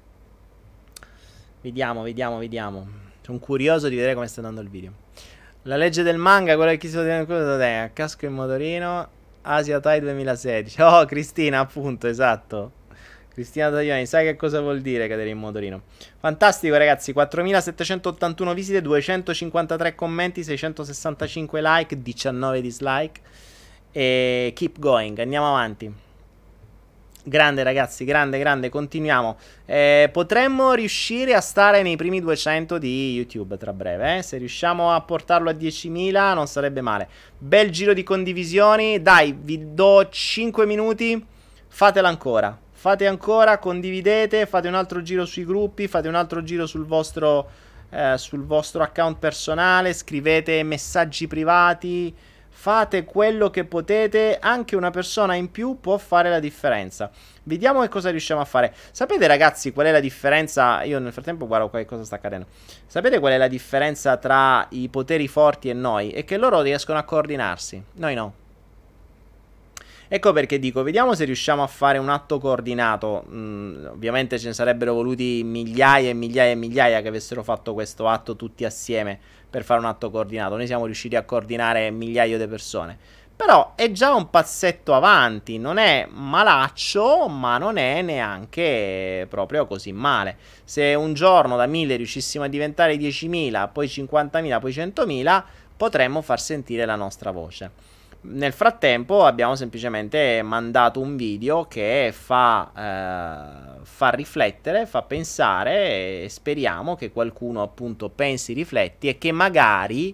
Vediamo. Sono curioso di vedere come sta andando il video. La legge del manga, quella che chi se lo tiene in culo da te. Casco in motorino. Asia Tai 2016. Oh, Cristina, appunto, esatto. Cristina Taglioni, sai che cosa vuol dire cadere in motorino? Fantastico, ragazzi. 4.781 visite, 253 commenti, 665 like, 19 dislike. E keep going, andiamo avanti. Grande ragazzi, grande, continuiamo. Potremmo riuscire a stare nei primi 200 di YouTube tra breve, Se riusciamo a portarlo a 10.000 non sarebbe male. Bel giro di condivisioni. Dai, vi do 5 minuti. Fatela ancora. Fate ancora, condividete, fate un altro giro sui gruppi, fate un altro giro sul vostro account personale, scrivete messaggi privati. Fate quello che potete, anche una persona in più può fare la differenza. Vediamo che cosa riusciamo a fare. Sapete ragazzi qual è la differenza? Io nel frattempo guardo che cosa sta accadendo. Sapete qual è la differenza tra i poteri forti e noi? È che loro riescono a coordinarsi, noi no. Ecco perché dico, vediamo se riusciamo a fare un atto coordinato. Ovviamente ce ne sarebbero voluti migliaia e migliaia e migliaia che avessero fatto questo atto tutti assieme per fare un atto coordinato. Noi siamo riusciti a coordinare migliaia di persone. Però è già un passetto avanti, non è malaccio, ma non è neanche proprio così male. Se un giorno da 1000 riuscissimo a diventare 10.000, poi 50.000, poi 100.000, potremmo far sentire la nostra voce. Nel frattempo abbiamo semplicemente mandato un video che fa riflettere, fa pensare e speriamo che qualcuno appunto pensi, rifletti e che magari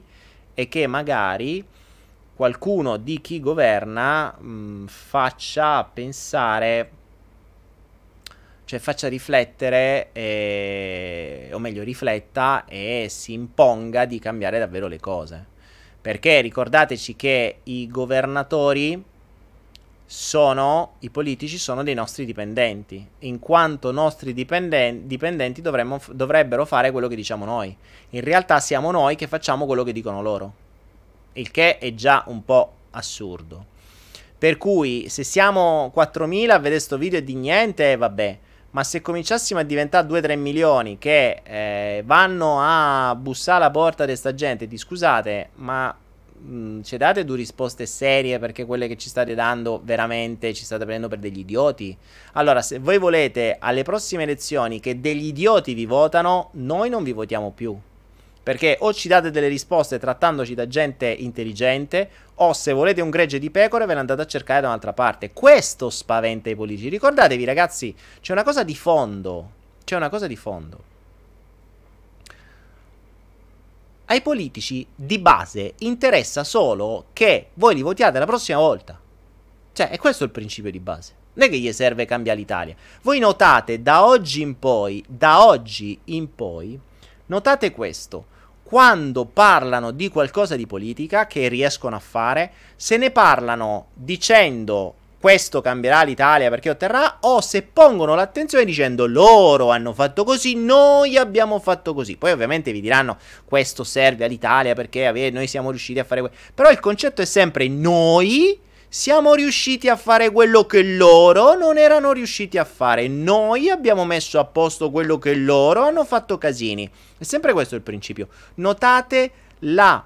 qualcuno di chi governa faccia pensare, cioè faccia riflettere o meglio rifletta e si imponga di cambiare davvero le cose. Perché ricordateci che i governatori i politici sono dei nostri dipendenti. In quanto nostri dipendenti dovrebbero fare quello che diciamo noi. In realtà siamo noi che facciamo quello che dicono loro. Il che è già un po' assurdo. Per cui se siamo 4.000 a vedere sto video e di niente, vabbè. Ma se cominciassimo a diventare 2-3 milioni che vanno a bussare alla porta di sta gente, di scusate, ma ci date due risposte serie, perché quelle che ci state dando veramente ci state prendendo per degli idioti. Allora, se voi volete alle prossime elezioni che degli idioti vi votano, noi non vi votiamo più. Perché o ci date delle risposte trattandoci da gente intelligente, o se volete un gregge di pecore ve ne andate a cercare da un'altra parte. Questo spaventa i politici. Ricordatevi, ragazzi, c'è una cosa di fondo. C'è una cosa di fondo. Ai politici di base interessa solo che voi li votiate la prossima volta. Cioè, è questo il principio di base. Non è che gli serve cambiare l'Italia. Voi notate da oggi in poi, notate questo. Quando parlano di qualcosa di politica, che riescono a fare, se ne parlano dicendo questo cambierà l'Italia perché otterrà, o se pongono l'attenzione dicendo loro hanno fatto così, noi abbiamo fatto così. Poi ovviamente vi diranno questo serve all'Italia perché noi siamo riusciti a fare questo. Però il concetto è sempre noi siamo riusciti a fare quello che loro non erano riusciti a fare. Noi abbiamo messo a posto quello che loro hanno fatto casini. È sempre questo il principio. Notate la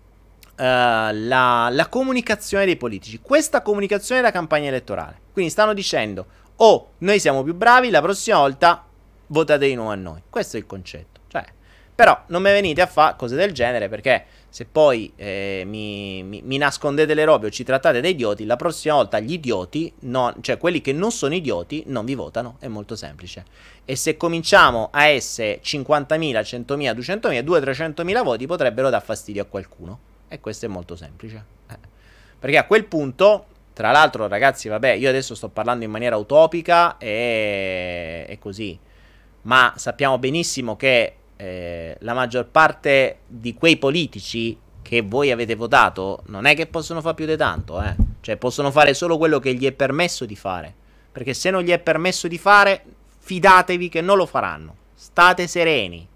comunicazione dei politici. Questa comunicazione è la campagna elettorale. Quindi stanno dicendo: oh, noi siamo più bravi, la prossima volta votate di nuovo a noi. Questo è il concetto. Cioè, però non mi venite a fare cose del genere, perché se poi mi nascondete le robe o ci trattate da idioti, la prossima volta gli idioti, cioè quelli che non sono idioti, non vi votano. È molto semplice. E se cominciamo a essere 50.000, 100.000, 200.000, 200.000-300.000 voti, potrebbero dar fastidio a qualcuno. E questo è molto semplice. Perché a quel punto, tra l'altro, ragazzi, vabbè, io adesso sto parlando in maniera utopica e così. Ma sappiamo benissimo che la maggior parte di quei politici che voi avete votato non è che possono fare più di tanto, cioè possono fare solo quello che gli è permesso di fare, perché se non gli è permesso di fare, fidatevi che non lo faranno. State sereni,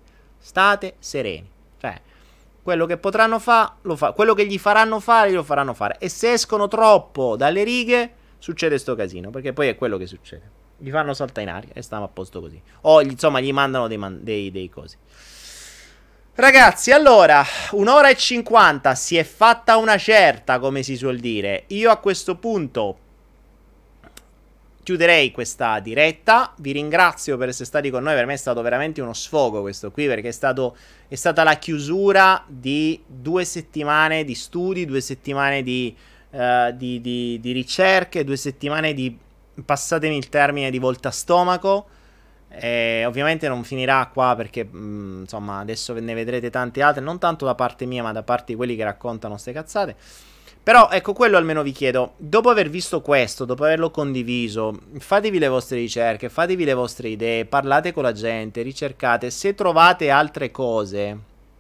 cioè quello che potranno fare lo fa, quello che gli faranno fare lo faranno fare, e se escono troppo dalle righe succede sto casino, perché poi è quello che succede. Gli fanno saltare in aria e stiamo a posto così. O insomma gli mandano dei cosi. Ragazzi, allora, 1 ora e 50, si è fatta una certa, come si suol dire. Io a questo punto chiuderei questa diretta. Vi ringrazio per essere stati con noi. Per me è stato veramente uno sfogo questo qui, perché è stata la chiusura di 2 settimane di studi, 2 settimane di ricerche, 2 settimane di, passatemi il termine, di volta stomaco. Ovviamente non finirà qua, perché insomma adesso ne vedrete tante altre, non tanto da parte mia ma da parte di quelli che raccontano ste cazzate. Però ecco, quello almeno vi chiedo: dopo aver visto questo, dopo averlo condiviso, fatevi le vostre ricerche, fatevi le vostre idee, parlate con la gente, ricercate. Se trovate altre cose,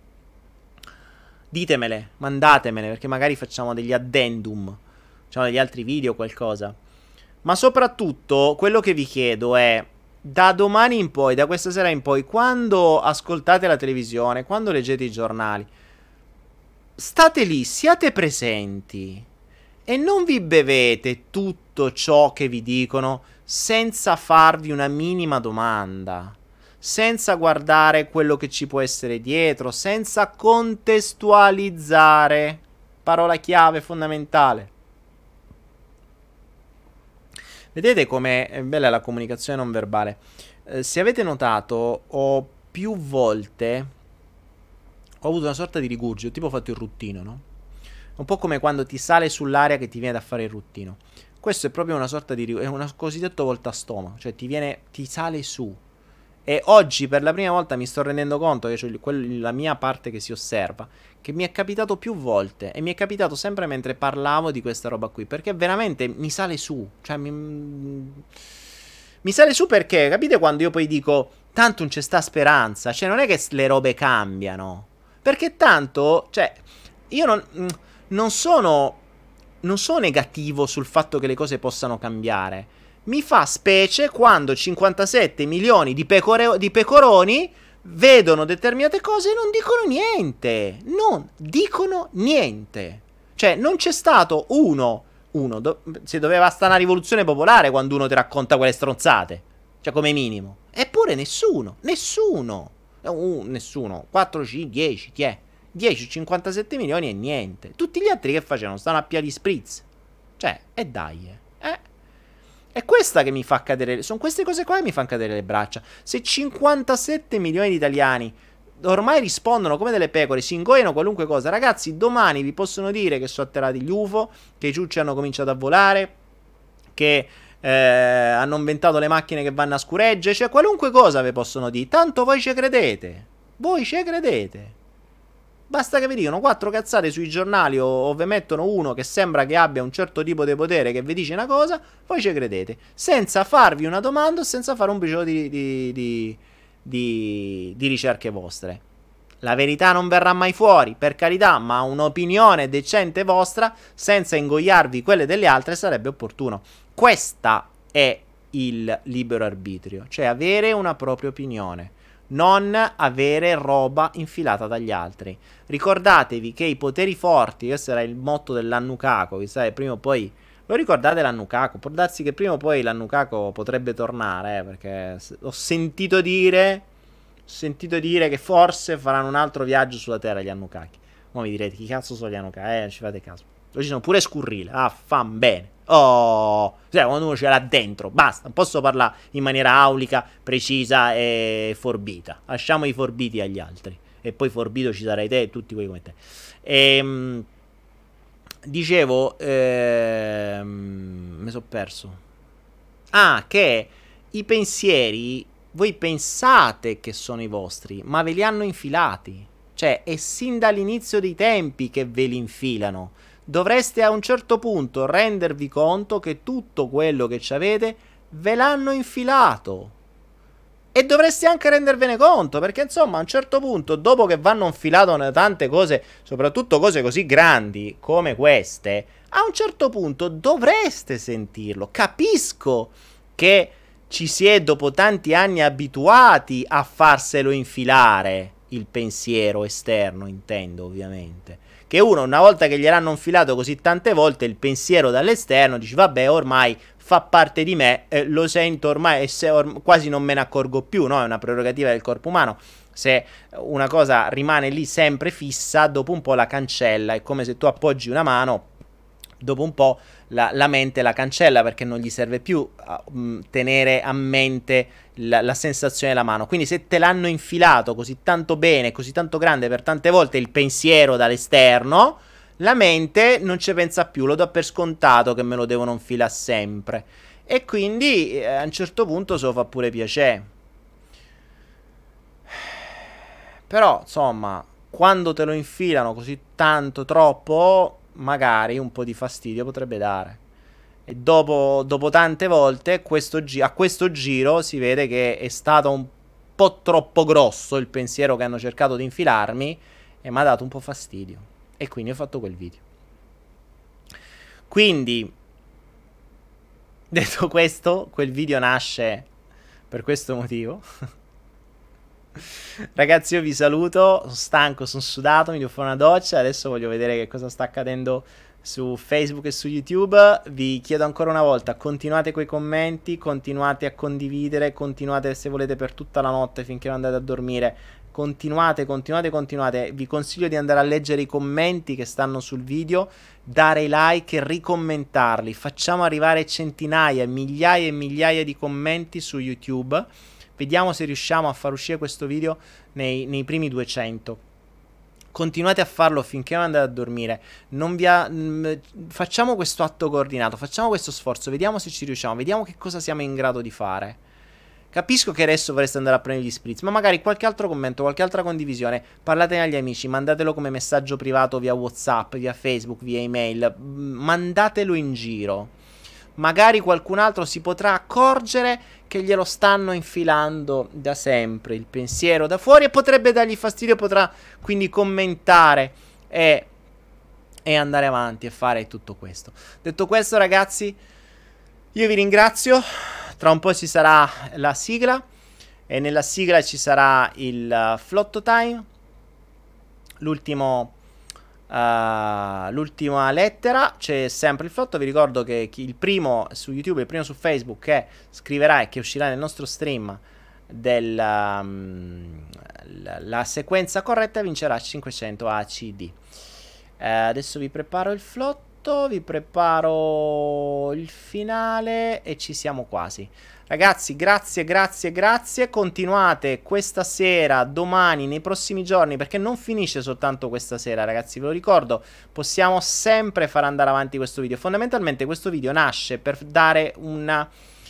ditemele, mandatemele, perché magari facciamo degli addendum, facciamo degli altri video o qualcosa. Ma soprattutto quello che vi chiedo è: da domani in poi, da questa sera in poi, quando ascoltate la televisione, quando leggete i giornali, state lì, siate presenti e non vi bevete tutto ciò che vi dicono senza farvi una minima domanda, senza guardare quello che ci può essere dietro, senza contestualizzare. Parola chiave fondamentale. Vedete come è bella la comunicazione non verbale. Se avete notato, ho più volte avuto una sorta di rigurgito, tipo ho fatto il ruttino, no? Un po' come quando ti sale sull'aria che ti viene da fare il ruttino. Questo è proprio una sorta di è una cosiddetto voltastoma, cioè ti sale su. E oggi per la prima volta mi sto rendendo conto che c'è la mia parte che si osserva, che mi è capitato più volte, e mi è capitato sempre mentre parlavo di questa roba qui, perché veramente mi sale su, cioè mi sale su, perché capite quando io poi dico tanto non c'è sta speranza, cioè non è che le robe cambiano, perché tanto, cioè io non sono negativo sul fatto che le cose possano cambiare. Mi fa specie quando 57 milioni di pecoroni vedono determinate cose e non dicono niente. Non dicono niente. Cioè, non c'è stato se doveva stare una rivoluzione popolare quando uno ti racconta quelle stronzate. Cioè, come minimo. Eppure nessuno. 4, 5, 10, chi è? 10 o 57 milioni è niente. Tutti gli altri che facevano? Stanno a piedi spritz. Cioè, e dai, È questa che mi fa cadere. Sono queste cose qua che mi fanno cadere le braccia. Se 57 milioni di italiani ormai rispondono come delle pecore, si ingoiano qualunque cosa, ragazzi, domani vi possono dire che sono atterrati gli UFO, che i ciucci hanno cominciato a volare, che hanno inventato le macchine che vanno a scuregge, cioè qualunque cosa vi possono dire. Tanto voi ci credete. Voi ci credete. Basta che vi dicono quattro cazzate sui giornali o vi mettono uno che sembra che abbia un certo tipo di potere che vi dice una cosa, voi ci credete. Senza farvi una domanda o senza fare un briciolo di ricerche vostre. La verità non verrà mai fuori, per carità, ma un'opinione decente vostra, senza ingoiarvi quelle delle altre, sarebbe opportuno. Questa è il libero arbitrio, cioè avere una propria opinione, non avere roba infilata dagli altri. Ricordatevi che i poteri forti, questo era il motto dell'Annukako, sai, prima o poi, lo ricordate l'Annukako? Può darsi che prima o poi l'Annukako potrebbe tornare, perché ho sentito dire che forse faranno un altro viaggio sulla Terra gli Annukaki. Ora mi direte, chi cazzo sono gli Annukaki? Non ci fate caso. Poi ci sono pure scurrile. Ah, fan bene. Oh, cioè, quando uno ce l'ha dentro, basta. Non posso parlare in maniera aulica, precisa e forbita. Lasciamo i forbiti agli altri. E poi forbito ci sarai te e tutti quelli come te. Dicevo, mi sono perso. Ah, che i pensieri, voi pensate che sono i vostri, ma ve li hanno infilati. Cioè, è sin dall'inizio dei tempi che ve li infilano. Dovreste a un certo punto rendervi conto che tutto quello che ci avete ve l'hanno infilato. E dovreste anche rendervene conto, perché insomma a un certo punto, dopo che vanno infilate tante cose, soprattutto cose così grandi come queste, a un certo punto dovreste sentirlo. Capisco che ci si è dopo tanti anni abituati a farselo infilare, il pensiero esterno, intendo ovviamente. Che uno, una volta che gliel'hanno infilato così tante volte, il pensiero dall'esterno, dici vabbè, ormai fa parte di me, lo sento ormai e quasi non me ne accorgo più, no? È una prerogativa del corpo umano. Se una cosa rimane lì sempre fissa, dopo un po' la cancella. È come se tu appoggi una mano, dopo un po' la mente la cancella, perché non gli serve più tenere a mente la sensazione della mano. Quindi se te l'hanno infilato così tanto bene, così tanto grande per tante volte il pensiero dall'esterno, la mente non ci pensa più, lo do per scontato che me lo devono infilare sempre. E quindi a un certo punto se lo fa pure piacere. Però insomma, quando te lo infilano così tanto, troppo, magari un po' di fastidio potrebbe dare. E dopo tante volte a questo giro si vede che è stato un po' troppo grosso il pensiero che hanno cercato di infilarmi e mi ha dato un po' fastidio. E quindi ho fatto quel video. Quindi, detto questo, quel video nasce per questo motivo. Ragazzi, io vi saluto, sono stanco, sono sudato, mi devo fare una doccia, adesso voglio vedere che cosa sta accadendo su Facebook e su YouTube. Vi chiedo ancora una volta, continuate coi commenti, continuate a condividere, continuate se volete per tutta la notte finché non andate a dormire. Continuate. Vi consiglio di andare a leggere i commenti che stanno sul video, dare like e ricommentarli. Facciamo arrivare centinaia, migliaia e migliaia di commenti su YouTube. Vediamo se riusciamo a far uscire questo video nei primi 200. Continuate a farlo finché non andate a dormire. Facciamo questo atto coordinato, facciamo questo sforzo, vediamo se ci riusciamo, vediamo che cosa siamo in grado di fare. Capisco che adesso vorreste andare a prendere gli spritz, ma magari qualche altro commento, qualche altra condivisione, parlatene agli amici, mandatelo come messaggio privato via WhatsApp, via Facebook, via email, mandatelo in giro. Magari qualcun altro si potrà accorgere che glielo stanno infilando da sempre il pensiero da fuori e potrebbe dargli fastidio, potrà quindi commentare e andare avanti e fare tutto questo. Detto questo, ragazzi, io vi ringrazio. Tra un po' ci sarà la sigla e nella sigla ci sarà il Flotto Time, l'ultima lettera. C'è sempre il Flotto. Vi ricordo che il primo su YouTube e il primo su Facebook che scriverà e che uscirà nel nostro stream la sequenza corretta vincerà 500 ACD. Adesso vi preparo il flotto, vi preparo il finale e ci siamo quasi. Ragazzi, grazie, grazie, grazie. Continuate questa sera, domani, nei prossimi giorni, perché non finisce soltanto questa sera, ragazzi. Ve lo ricordo, possiamo sempre far andare avanti questo video. Fondamentalmente questo video nasce per dare un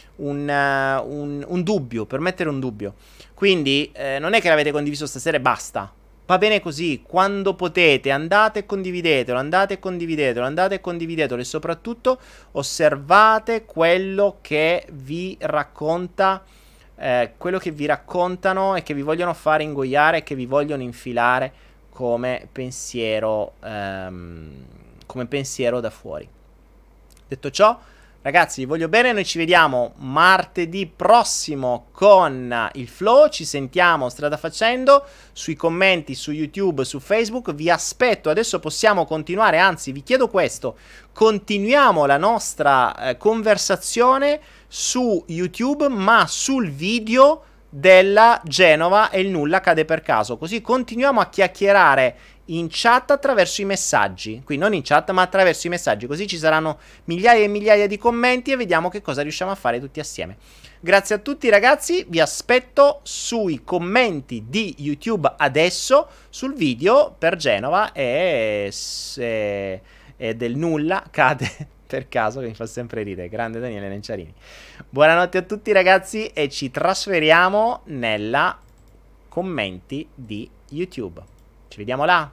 dubbio, per mettere un dubbio. Quindi non è che l'avete condiviso stasera e basta. Va bene così, quando potete andate e condividetelo, andate e condividetelo, andate e condividetelo e soprattutto osservate quello che vi racconta, quello che vi raccontano e che vi vogliono fare ingoiare e che vi vogliono infilare come pensiero da fuori. Detto ciò, ragazzi, vi voglio bene, noi ci vediamo martedì prossimo con il Flow, ci sentiamo strada facendo, sui commenti, su YouTube, su Facebook, vi aspetto, adesso possiamo continuare, anzi vi chiedo questo, continuiamo la nostra conversazione su YouTube, ma sul video della Genova e il nulla cade per caso, così continuiamo a chiacchierare in chat attraverso i messaggi, qui non in chat ma attraverso i messaggi, così ci saranno migliaia e migliaia di commenti e vediamo che cosa riusciamo a fare tutti assieme. Grazie a tutti ragazzi, vi aspetto sui commenti di YouTube adesso sul video per Genova e del nulla cade per caso, che mi fa sempre ridere, grande Daniele Nenciarini. Buonanotte a tutti ragazzi e ci trasferiamo nella commenti di YouTube. Ci vediamo là.